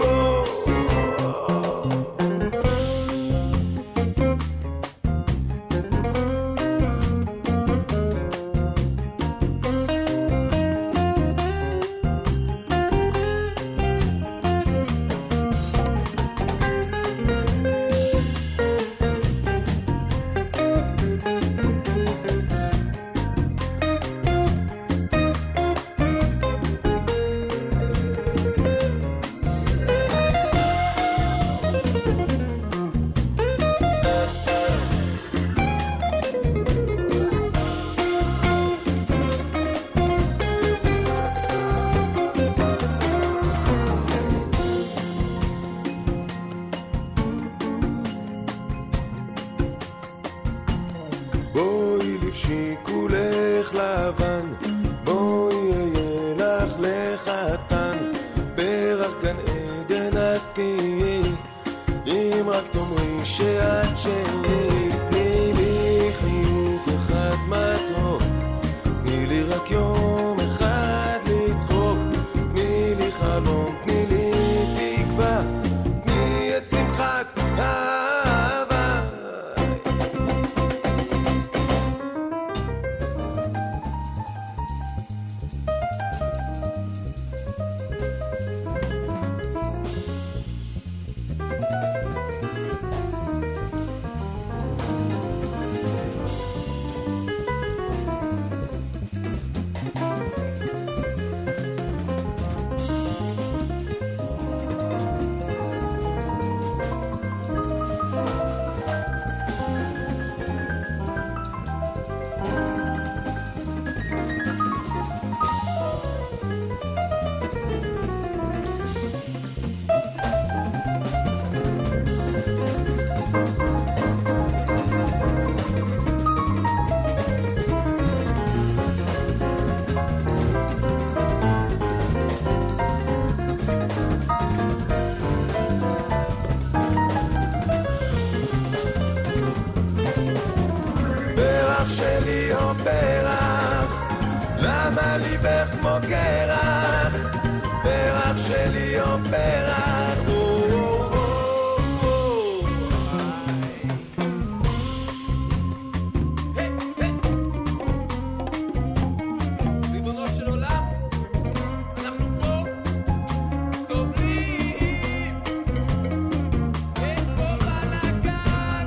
בואי לבשי כולך לבן, בואי אהיה לך לחתן, פרח גן עדן את תהיי, אם רק תאמרי שאת שלי. תני לי חיוך אחד מתוק, תני לי רק יום אחד לצחוק, תני לי חלום, תני לי תקווה, תני את שמחת אהבה. שלי או פרח, למה ליבך כמו קרח, פרח שלי או פרח. ריבונו של עולם, אנחנו פה סובלים, אין פה בלגן,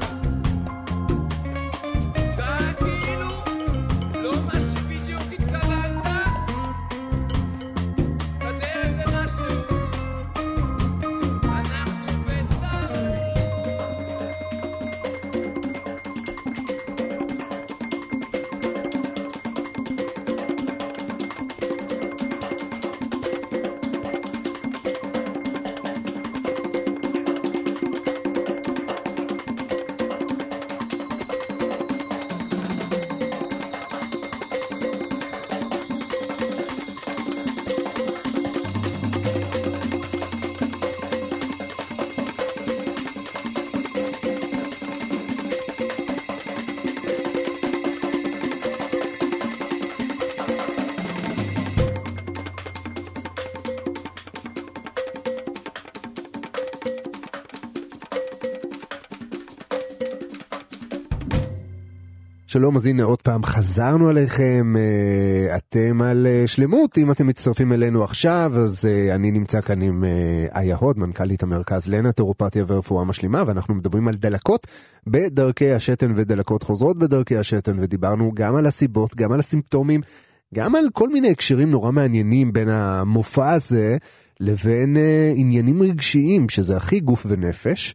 לא מה שבדיוק התכוונת, סדר איזה משהו. שלום, אז הנה עוד פעם חזרנו עליכם, אתם על שלמות, אם אתם מצטרפים אלינו עכשיו, אז אני נמצא כאן עם איה הוד, מנכ"לית המרכז לנטורופתיה ורפואה משלימה, ואנחנו מדברים על דלקות בדרכי השתן ודלקות חוזרות בדרכי השתן, ודיברנו גם על הסיבות, גם על הסימפטומים, גם על כל מיני הקשרים נורא מעניינים בין המופע הזה לבין עניינים רגשיים, שזה הכי גוף ונפש,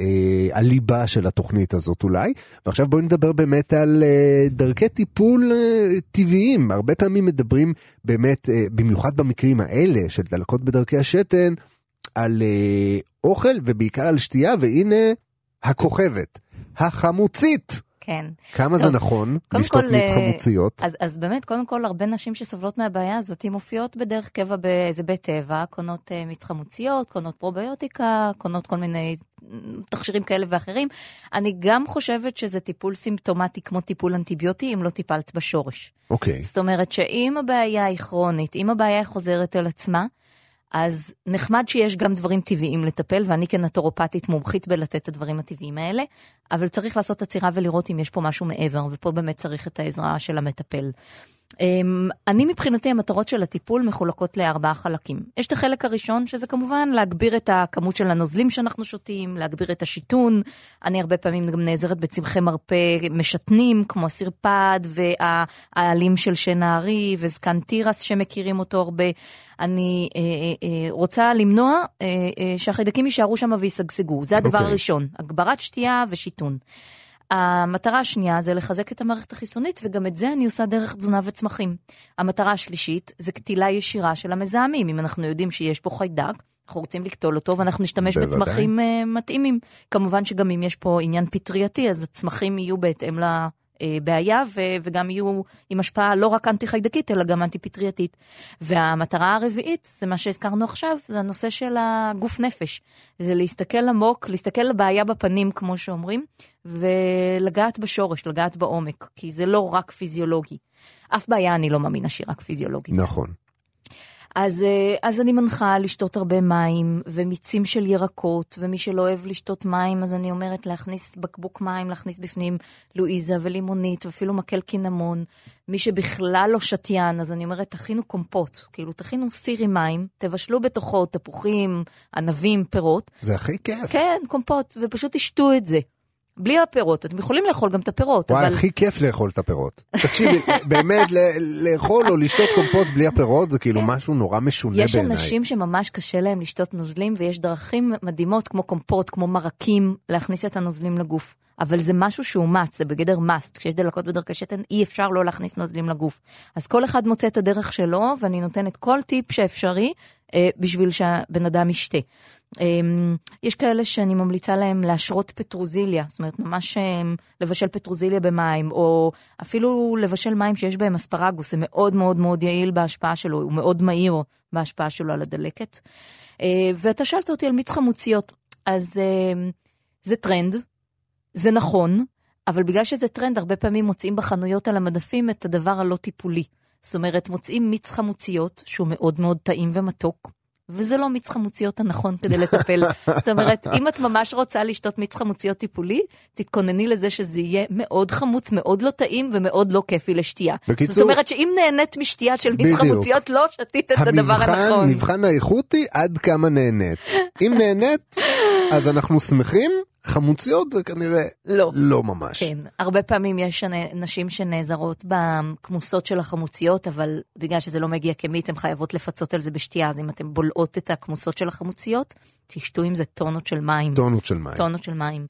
הליבה של התוכנית הזאת אולי. ועכשיו בואו נדבר באמת על דרכי טיפול טבעיים. הרבה פעמים מדברים באמת, במיוחד במקרים האלה של דלקות בדרכי השתן, על אוכל ובעיקר על שתייה, והנה הכוכבת, החמוצית. כן. כמה זה נכון לשתות מיץ חמוציות? אז באמת, קודם כל, הרבה נשים שסובלות מהבעיה הזאת, הן מופיעות בדרך קבע באיזה בית טבע, קונות מיץ חמוציות, קונות פרוביוטיקה, קונות כל מיני תכשירים כאלה ואחרים. אני גם חושבת שזה טיפול סימפטומטי כמו טיפול אנטיביוטי, אם לא טיפלת בשורש. אוקיי. זאת אומרת שאם הבעיה היא כרונית, אם הבעיה היא חוזרת על עצמה, אז נחמד שיש גם דברים טבעיים לטפל, ואני כנטורופטית מומחית בלתת את הדברים הטבעיים האלה, אבל צריך לעשות עצירה ולראות אם יש פה משהו מעבר, ופה באמת צריך את העזרה של המטפל. אני מבחינתי המטרות של הטיפול מחולקות ל4 חלקים. יש את החלק הראשון, שזה כמובן להגביר את הכמות של הנוזלים שאנחנו שותים, להגביר את השיתון. אני הרבה פעמים גם נעזרת בצמחי מרפא משתנים, כמו הסרפד והעלים של שנערי וזקן תירס שמכירים אותו הרבה. אני רוצה למנוע שהחיידקים יישארו שם ויסגסגו. זה הדבר הראשון, הגברת שתייה ושיתון. המטרה השנייה זה לחזק את המערכת החיסונית, וגם את זה אני עושה דרך תזונה וצמחים. המטרה השלישית זה קטילה ישירה של המזהמים. אם אנחנו יודעים שיש פה חיידק, אנחנו רוצים לקטול אותו, ואנחנו נשתמש בצמחים מתאימים. כמובן שגם אם יש פה עניין פטרייתי, אז הצמחים יהיו בהתאם לבעיה, וגם יהיו עם השפעה לא רק אנטי-חיידקית, אלא גם אנטי-פטרייתית. והמטרה הרביעית, זה מה שהזכרנו עכשיו, זה הנושא של הגוף נפש. זה להסתכל עמוק, להסתכל לבעיה בפנים, כמו שאומרים, ולגעת בשורש, לגעת בעומק, כי זה לא רק פיזיולוגי. אף בעיה אני לא מאמינה שהיא רק פיזיולוגית. נכון. אז אני מנחה לשתות הרבה מים ומיצים של ירקות, ומי שלא אוהב לשתות מים, אז אני אומרת להכניס בקבוק מים, להכניס בפנים לואיזה ולימונית, ואפילו מקל קינמון. מי שבכלל לא שתיין, אז אני אומרת, תכינו קומפוט, כאילו תכינו סיר עם מים, תבשלו בתוכו תפוחים, ענבים, פירות. זה הכי כיף. כן, קומפוט, ופשוט תשתו את זה. בלי הפירות, אתם יכולים לאכול גם את הפירות. וואי, הכי כיף לאכול את הפירות. תקשיבי, באמת, לאכול או לשתות קומפוט בלי הפירות, זה כאילו משהו נורא משונה בעיניי. יש אנשים שממש קשה להם לשתות נוזלים, ויש דרכים מדהימות כמו קומפוט, כמו מרקים, להכניס את הנוזלים לגוף. אבל זה משהו שהוא must, זה בגדר must. כשיש דלקות בדרכי שתן, אי אפשר לא להכניס נוזלים לגוף. אז כל אחד מוצא את הדרך שלו, ואני נותנת כל טיפ שאפשרי, בשביל שהבן אדם ישתה. יש כאלה שאני ממליצה להם להשרות פטרוזיליה, זאת אומרת ממש לבשל פטרוזיליה במים, או אפילו לבשל מים שיש בהם אספרגוס, זה מאוד מאוד מאוד יעיל בהשפעה שלו, הוא מאוד מהיר בהשפעה שלו על הדלקת. ואתה שאלת אותי על מיץ חמוציות, אז זה טרנד, זה נכון, אבל בגלל שזה טרנד, הרבה פעמים מוצאים בחנויות על המדפים את הדבר הלא טיפולי. זאת אומרת, מוצאים מיץ חמוציות, שהוא מאוד מאוד טעים ומתוק, וזה לא מיץ חמוציות הנכון כדי לטפל. זאת אומרת, אם את ממש רוצה לשתות מיץ חמוציות טיפולי, תתכונני לזה שזה יהיה מאוד חמוץ, מאוד לא טעים ומאוד לא כיפי לשתייה. בקיצור, זאת אומרת שאם נהנית משתייה של מיץ חמוציות, לא שתית את הדבר הנכון. המבחן האיכות היא עד כמה נהנית. אם נהנית, אז אנחנו שמחים, חמוציות זה כנראה לא ממש. כן, הרבה פעמים יש נשים שנעזרות בכמוסות של החמוציות, אבל בגלל שזה לא מגיע כמיץ, הן חייבות לפצות על זה בשתייה, אז אם אתם בולעות את הכמוסות של החמוציות, תשתו עם זה טונות של מים. טונות של מים. טונות של מים.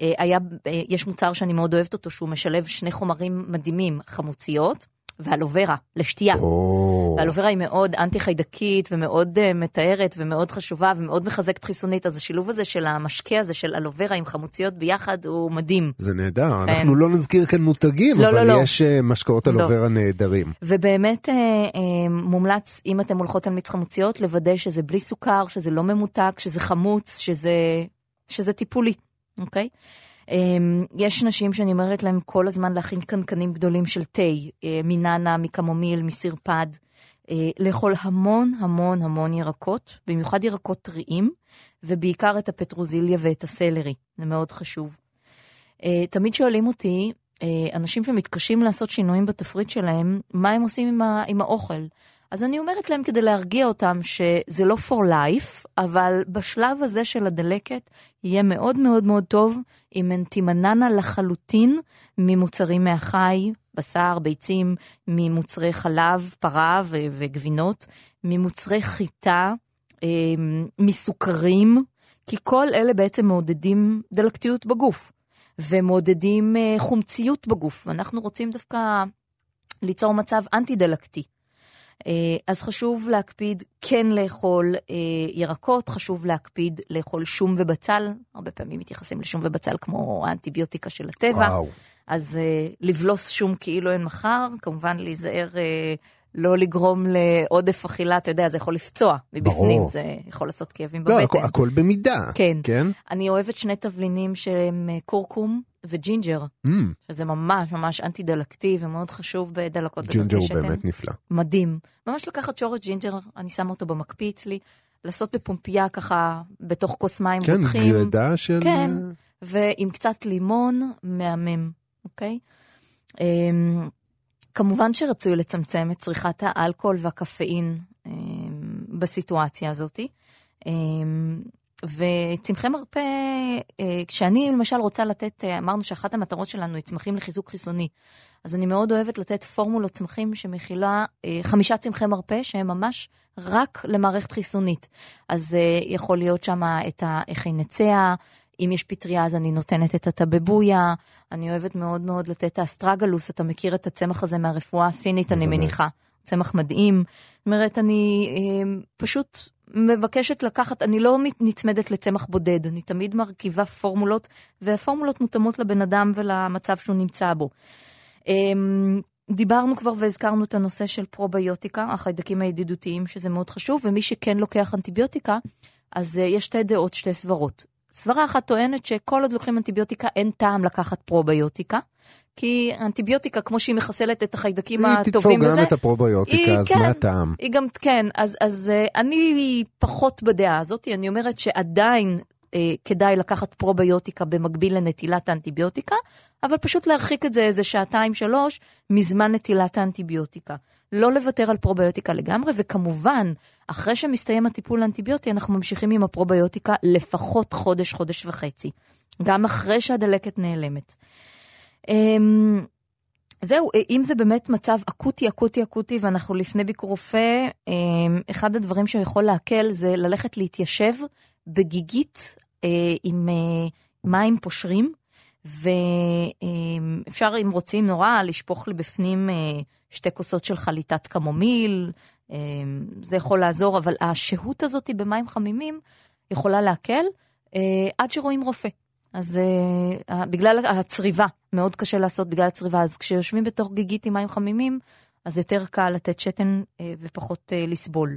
יש מוצר שאני מאוד אוהבת אותו, שהוא משלב 2 חומרים מדהימים, חמוציות, ואלוברה, לשתייה. והאלוברה היא מאוד אנטי-חיידקית, ומאוד מתארת, ומאוד חשובה, ומאוד מחזקת חיסונית, אז השילוב הזה של המשקה הזה, של אלוברה עם חמוציות ביחד, הוא מדהים. זה נהדר, אנחנו לא נזכיר כאן מותגים, אבל יש משקאות אלוברה נהדרים. ובאמת מומלץ, אם אתם הולכות על מיץ חמוציות, לוודא שזה בלי סוכר, שזה לא ממותק, שזה חמוץ, שזה טיפולי, אוקיי? יש נשים שאני אומרת להם כל הזמן להכין קנקנים גדולים של תה, מננה, מקמומיל, מסרפד, לאכול המון המון המון ירקות, במיוחד ירקות טריים, ובעיקר את הפטרוזיליה ואת הסלרי, זה מאוד חשוב. תמיד שואלים אותי, אנשים שמתקשים לעשות שינויים בתפריט שלהם, מה הם עושים עם האוכל? אז אני אומרת להם כדי להרגיע אותם שזה לא for life, אבל בשלב הזה של הדלקת יהיה מאוד מאוד מאוד טוב אם הן תימנענה לחלוטין ממוצרים מהחי, בשר, ביצים, ממוצרי חלב, פרה וגבינות, ממוצרי חיטה, מסוכרים, כי כל אלה בעצם מעודדים דלקתיות בגוף, ומעודדים חומציות בגוף, ואנחנו רוצים דווקא ליצור מצב אנטי-דלקתי. אז חשוב להקפיד כן לאכול ירקות, חשוב להקפיד לאכול שום ובצל, הרבה פעמים מתייחסים לשום ובצל כמו האנטיביוטיקה של הטבע, וואו. אז לבלוס שום כאילו אין מחר, כמובן להיזהר לא לגרום לעודף אכילה, אתה יודע, זה יכול לפצוע מבפנים, ברור. זה יכול לעשות כאבים בבטן. לא, הכל במידה. כן. כן. אני אוהבת שני תבלינים שהם קורקום וג'ינג'ר, שזה ממש ממש אנטי-דלקתי ומאוד חשוב בדלקות בדרכי שתן. ג'ינג'ר הוא באמת נפלא. מדהים. ממש לקחת שורש ג'ינג'ר, אני שמה אותו במקפיא אצלי, לעשות בפומפייה ככה, בתוך כוס מים בוטחים. כן, גרדה של... כן, ועם קצת לימון מהמם, אוקיי? כמובן שרצוי לצמצם את צריכת האלכוהול והקפאין בסיטואציה הזאת. וצמחי מרפא, כשאני למשל רוצה לתת, אמרנו שאחת המטרות שלנו היא צמחים לחיזוק חיסוני, אז אני מאוד אוהבת לתת פורמולות צמחים שמכילה 5 צמחי מרפא שהם ממש רק למערכת חיסונית. אז יכול להיות שם את האחינציה, אם יש פטריה אז אני נותנת את הטבבויה, אני אוהבת מאוד מאוד לתת את האסטרגלוס, אתה מכיר את הצמח הזה מהרפואה הסינית, אני מניחה, צמח מדהים. זאת אומרת, אני פשוט מבקשת לקחת, אני לא נצמדת לצמח בודד, אני תמיד מרכיבה פורמולות, והפורמולות מותאמות לבן אדם ולמצב שהוא נמצא בו. דיברנו כבר והזכרנו את הנושא של פרוביוטיקה, החיידקים הידידותיים, שזה מאוד חשוב, ומי שכן לוקח אנטיביוטיקה, אז יש 2 דעות, 2 סברות. סברה אחת טוענת שכל עוד לוקחים אנטיביוטיקה, אין טעם לקחת פרוביוטיקה, כי אנטיביוטיקה, כמו שהיא מחסלת את החיידקים הטובים בזה, היא תתפור גם את הפרוביוטיקה, אז מה הטעם? היא גם, כן, אז אני פחות בדעה הזאת, אני אומרת שעדיין כדאי לקחת פרוביוטיקה במקביל לנטילת האנטיביוטיקה, אבל פשוט להרחיק את זה איזה 2-3 מזמן נטילת האנטיביוטיקה. לא לוותר על פרוביוטיקה לגמרי, וכמובן, אחרי שמסתיים הטיפול האנטיביוטי, אנחנו ממשיכים עם הפרוביוטיקה לפחות חודש, חודש וחצי. גם אחרי שהדלקת נעלמת. זהו, אם זה באמת מצב אקוטי, ואנחנו לפני ביקור רופא, אחד הדברים שיכול להקל זה ללכת להתיישב בגיגית עם מים פושרים, ואפשר, אם רוצים נורא, לשפוך לבפנים 2 כוסות של חליטת קמומיל, זה יכול לעזור, אבל השהות הזאת במים חמימים יכולה להקל עד שרואים רופא. אז בגלל הצריבה, מאוד קשה לעשות בגלל הצריבה, אז כשיושבים בתוך גיגית עם מים חמימים, אז יותר קל לתת שתן ופחות לסבול.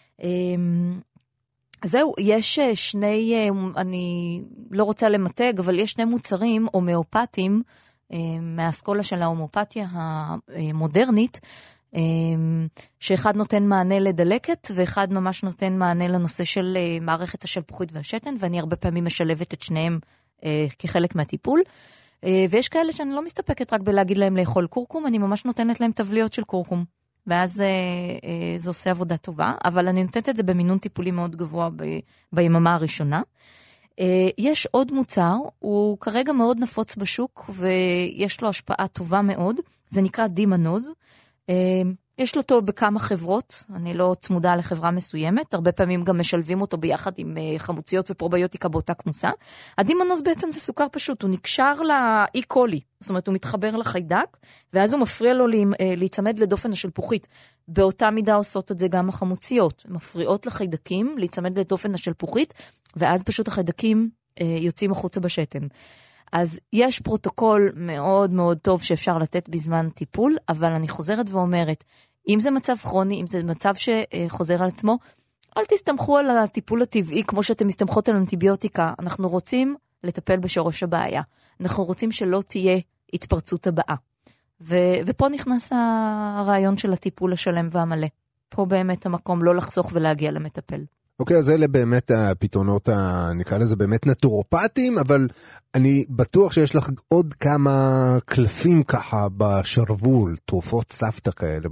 זהו, יש 2, אני לא רוצה למתג, אבל יש 2 מוצרים הומאופטיים, מהאסכולה של ההומאופתיה המודרנית, שאחד נותן מענה לדלקת, ואחד ממש נותן מענה לנושא של מערכת השלפוחית והשתן, ואני הרבה פעמים משלבת את שניהם כחלק מהטיפול. ויש כאלה שאני לא מסתפקת רק בלהגיד להם לאכול קורקום, אני ממש נותנת להם תבליות של קורקום. ואז זה עושה עבודה טובה, אבל אני נותנת את זה במינון טיפולי מאוד גבוה ביממה הראשונה. יש עוד מוצר, הוא כרגע מאוד נפוץ בשוק, ויש לו השפעה טובה מאוד, זה נקרא דימנוז. יש לו אותו בכמה חברות, אני לא צמודה לחברה מסוימת, הרבה פעמים גם משלבים אותו ביחד עם חמוציות ופרוביוטיקה באותה כמוסה. הדימנוז בעצם זה סוכר פשוט, הוא נקשר לאי קולי, זאת אומרת הוא מתחבר לחיידק, ואז הוא מפריע לו להיצמד לדופן השלפוחית. באותה מידה עושות את זה גם החמוציות, מפריעות לחיידקים להיצמד לדופן השלפוחית, ואז פשוט החיידקים יוצאים החוצה בשתן. אז יש פרוטוקול מאוד מאוד טוב שאפשר לתת בזמן טיפול, אבל אני חוזרת ואומרת, אם זה מצב כרוני, אם זה מצב שחוזר על עצמו, אל תסתמכו על הטיפול הטבעי כמו שאתם מסתמכות על אנטיביוטיקה. אנחנו רוצים לטפל בשורש הבעיה. אנחנו רוצים שלא תהיה התפרצות הבאה. ופה נכנס הרעיון של הטיפול השלם והמלא. פה באמת המקום לא לחסוך ולהגיע למטפל. אוקיי, אז אלה באמת הפתרונות, נקרא לזה באמת נטורופטיים, אבל אני בטוח שיש לך עוד כמה קלפים ככה בשרוול, תרופות סבתא כאלה,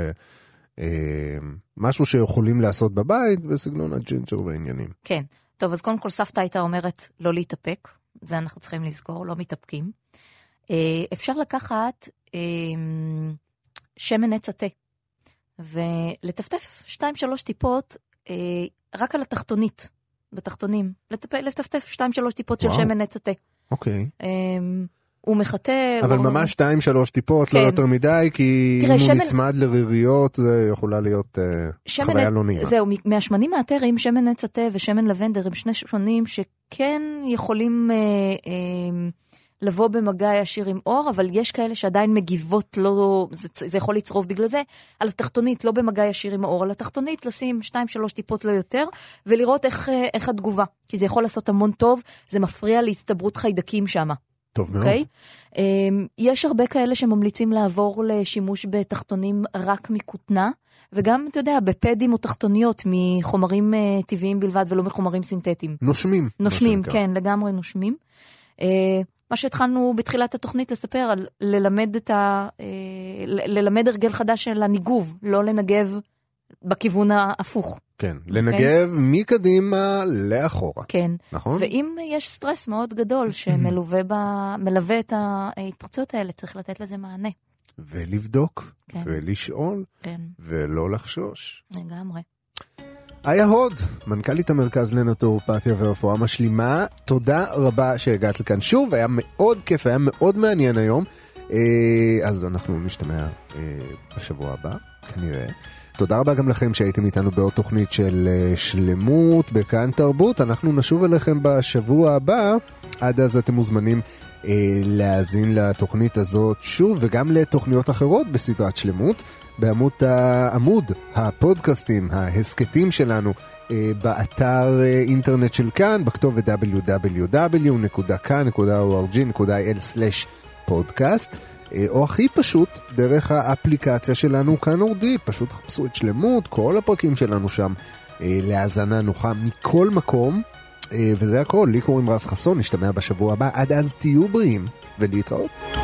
משהו שיכולים לעשות בבית בסגנון הג'ינג'ר ועניינים. כן, טוב, אז קודם כל סבתא הייתה אומרת לא להתאפק, זה אנחנו צריכים לזכור, לא מתאפקים. אפשר לקחת שמן עץ התה, ולטפטף 2-3 טיפות רק על התחתונית, בתחתונים, לטפטף 2-3 טיפות של שמן עץ התה. אוקיי. הוא מחטא... אבל ממש 2-3 טיפות, לא יותר מדי, כי אם הוא נצמד לריריות, זה יכולה להיות חוויה לא נעימה. זהו, מהשמנים האתריים, שמן עץ התה ושמן לבנדר, הם שני שמנים שכן יכולים לבוא במגע ישיר עם אור, אבל יש כאלה שעדיין מגיבות, זה יכול לצרוב בגלל זה, על התחתונית, לא במגע ישיר עם האור, על התחתונית לשים 2-3 טיפות לא יותר, ולראות איך התגובה, כי זה יכול לעשות המון טוב, זה מפריע להסתברות חיידקים שם. טוב מאוד. Okay? יש הרבה כאלה שממליצים לעבור לשימוש בתחתונים רק מכותנה, וגם, אתה יודע, בפדים או תחתוניות מחומרים טבעיים בלבד ולא מחומרים סינתטיים. נושמים, כן, לגמרי נושמים. מה שהתחלנו בתחילת התוכנית לספר על ללמד הרגל חדש של הניגוב, לא לנגב בכיוון ההפוך. כן, לנגב מקדימה לאחורה. כן. נכון? ואם יש סטרס מאוד גדול שמלווה את ההתפרצויות האלה, צריך לתת לזה מענה. ולבדוק, ולשאול, ולא לחשוש. לגמרי. איה הוד, מנכ"לית המרכז לנטורופתיה ורפואה משלימה, תודה רבה שהגעת לכאן שוב, היה מאוד כיף, היה מאוד מעניין היום, אז אנחנו נשתמע בשבוע הבא, כנראה. תודה רבה גם לכם שהייתם איתנו בעוד תוכנית של שלמות בכאן תרבות, אנחנו נשוב אליכם בשבוע הבא, עד אז אתם מוזמנים להאזין לתוכנית הזאת שוב, וגם לתוכניות אחרות בסדרת שלמות, בעמוד הפודקאסטים, ההסקטים שלנו, באתר אינטרנט של כאן, בכתובת www.kan.org.il/podcast, או הכי פשוט, דרך האפליקציה שלנו כאן אורדי, פשוט חפשו את שלמות, כל הפרקים שלנו שם, להאזנה נוחה מכל מקום, וזה הכל, לי קוראים רז חסון, נשתמע בשבוע הבא, עד אז תהיו בריאים, ולהתראות.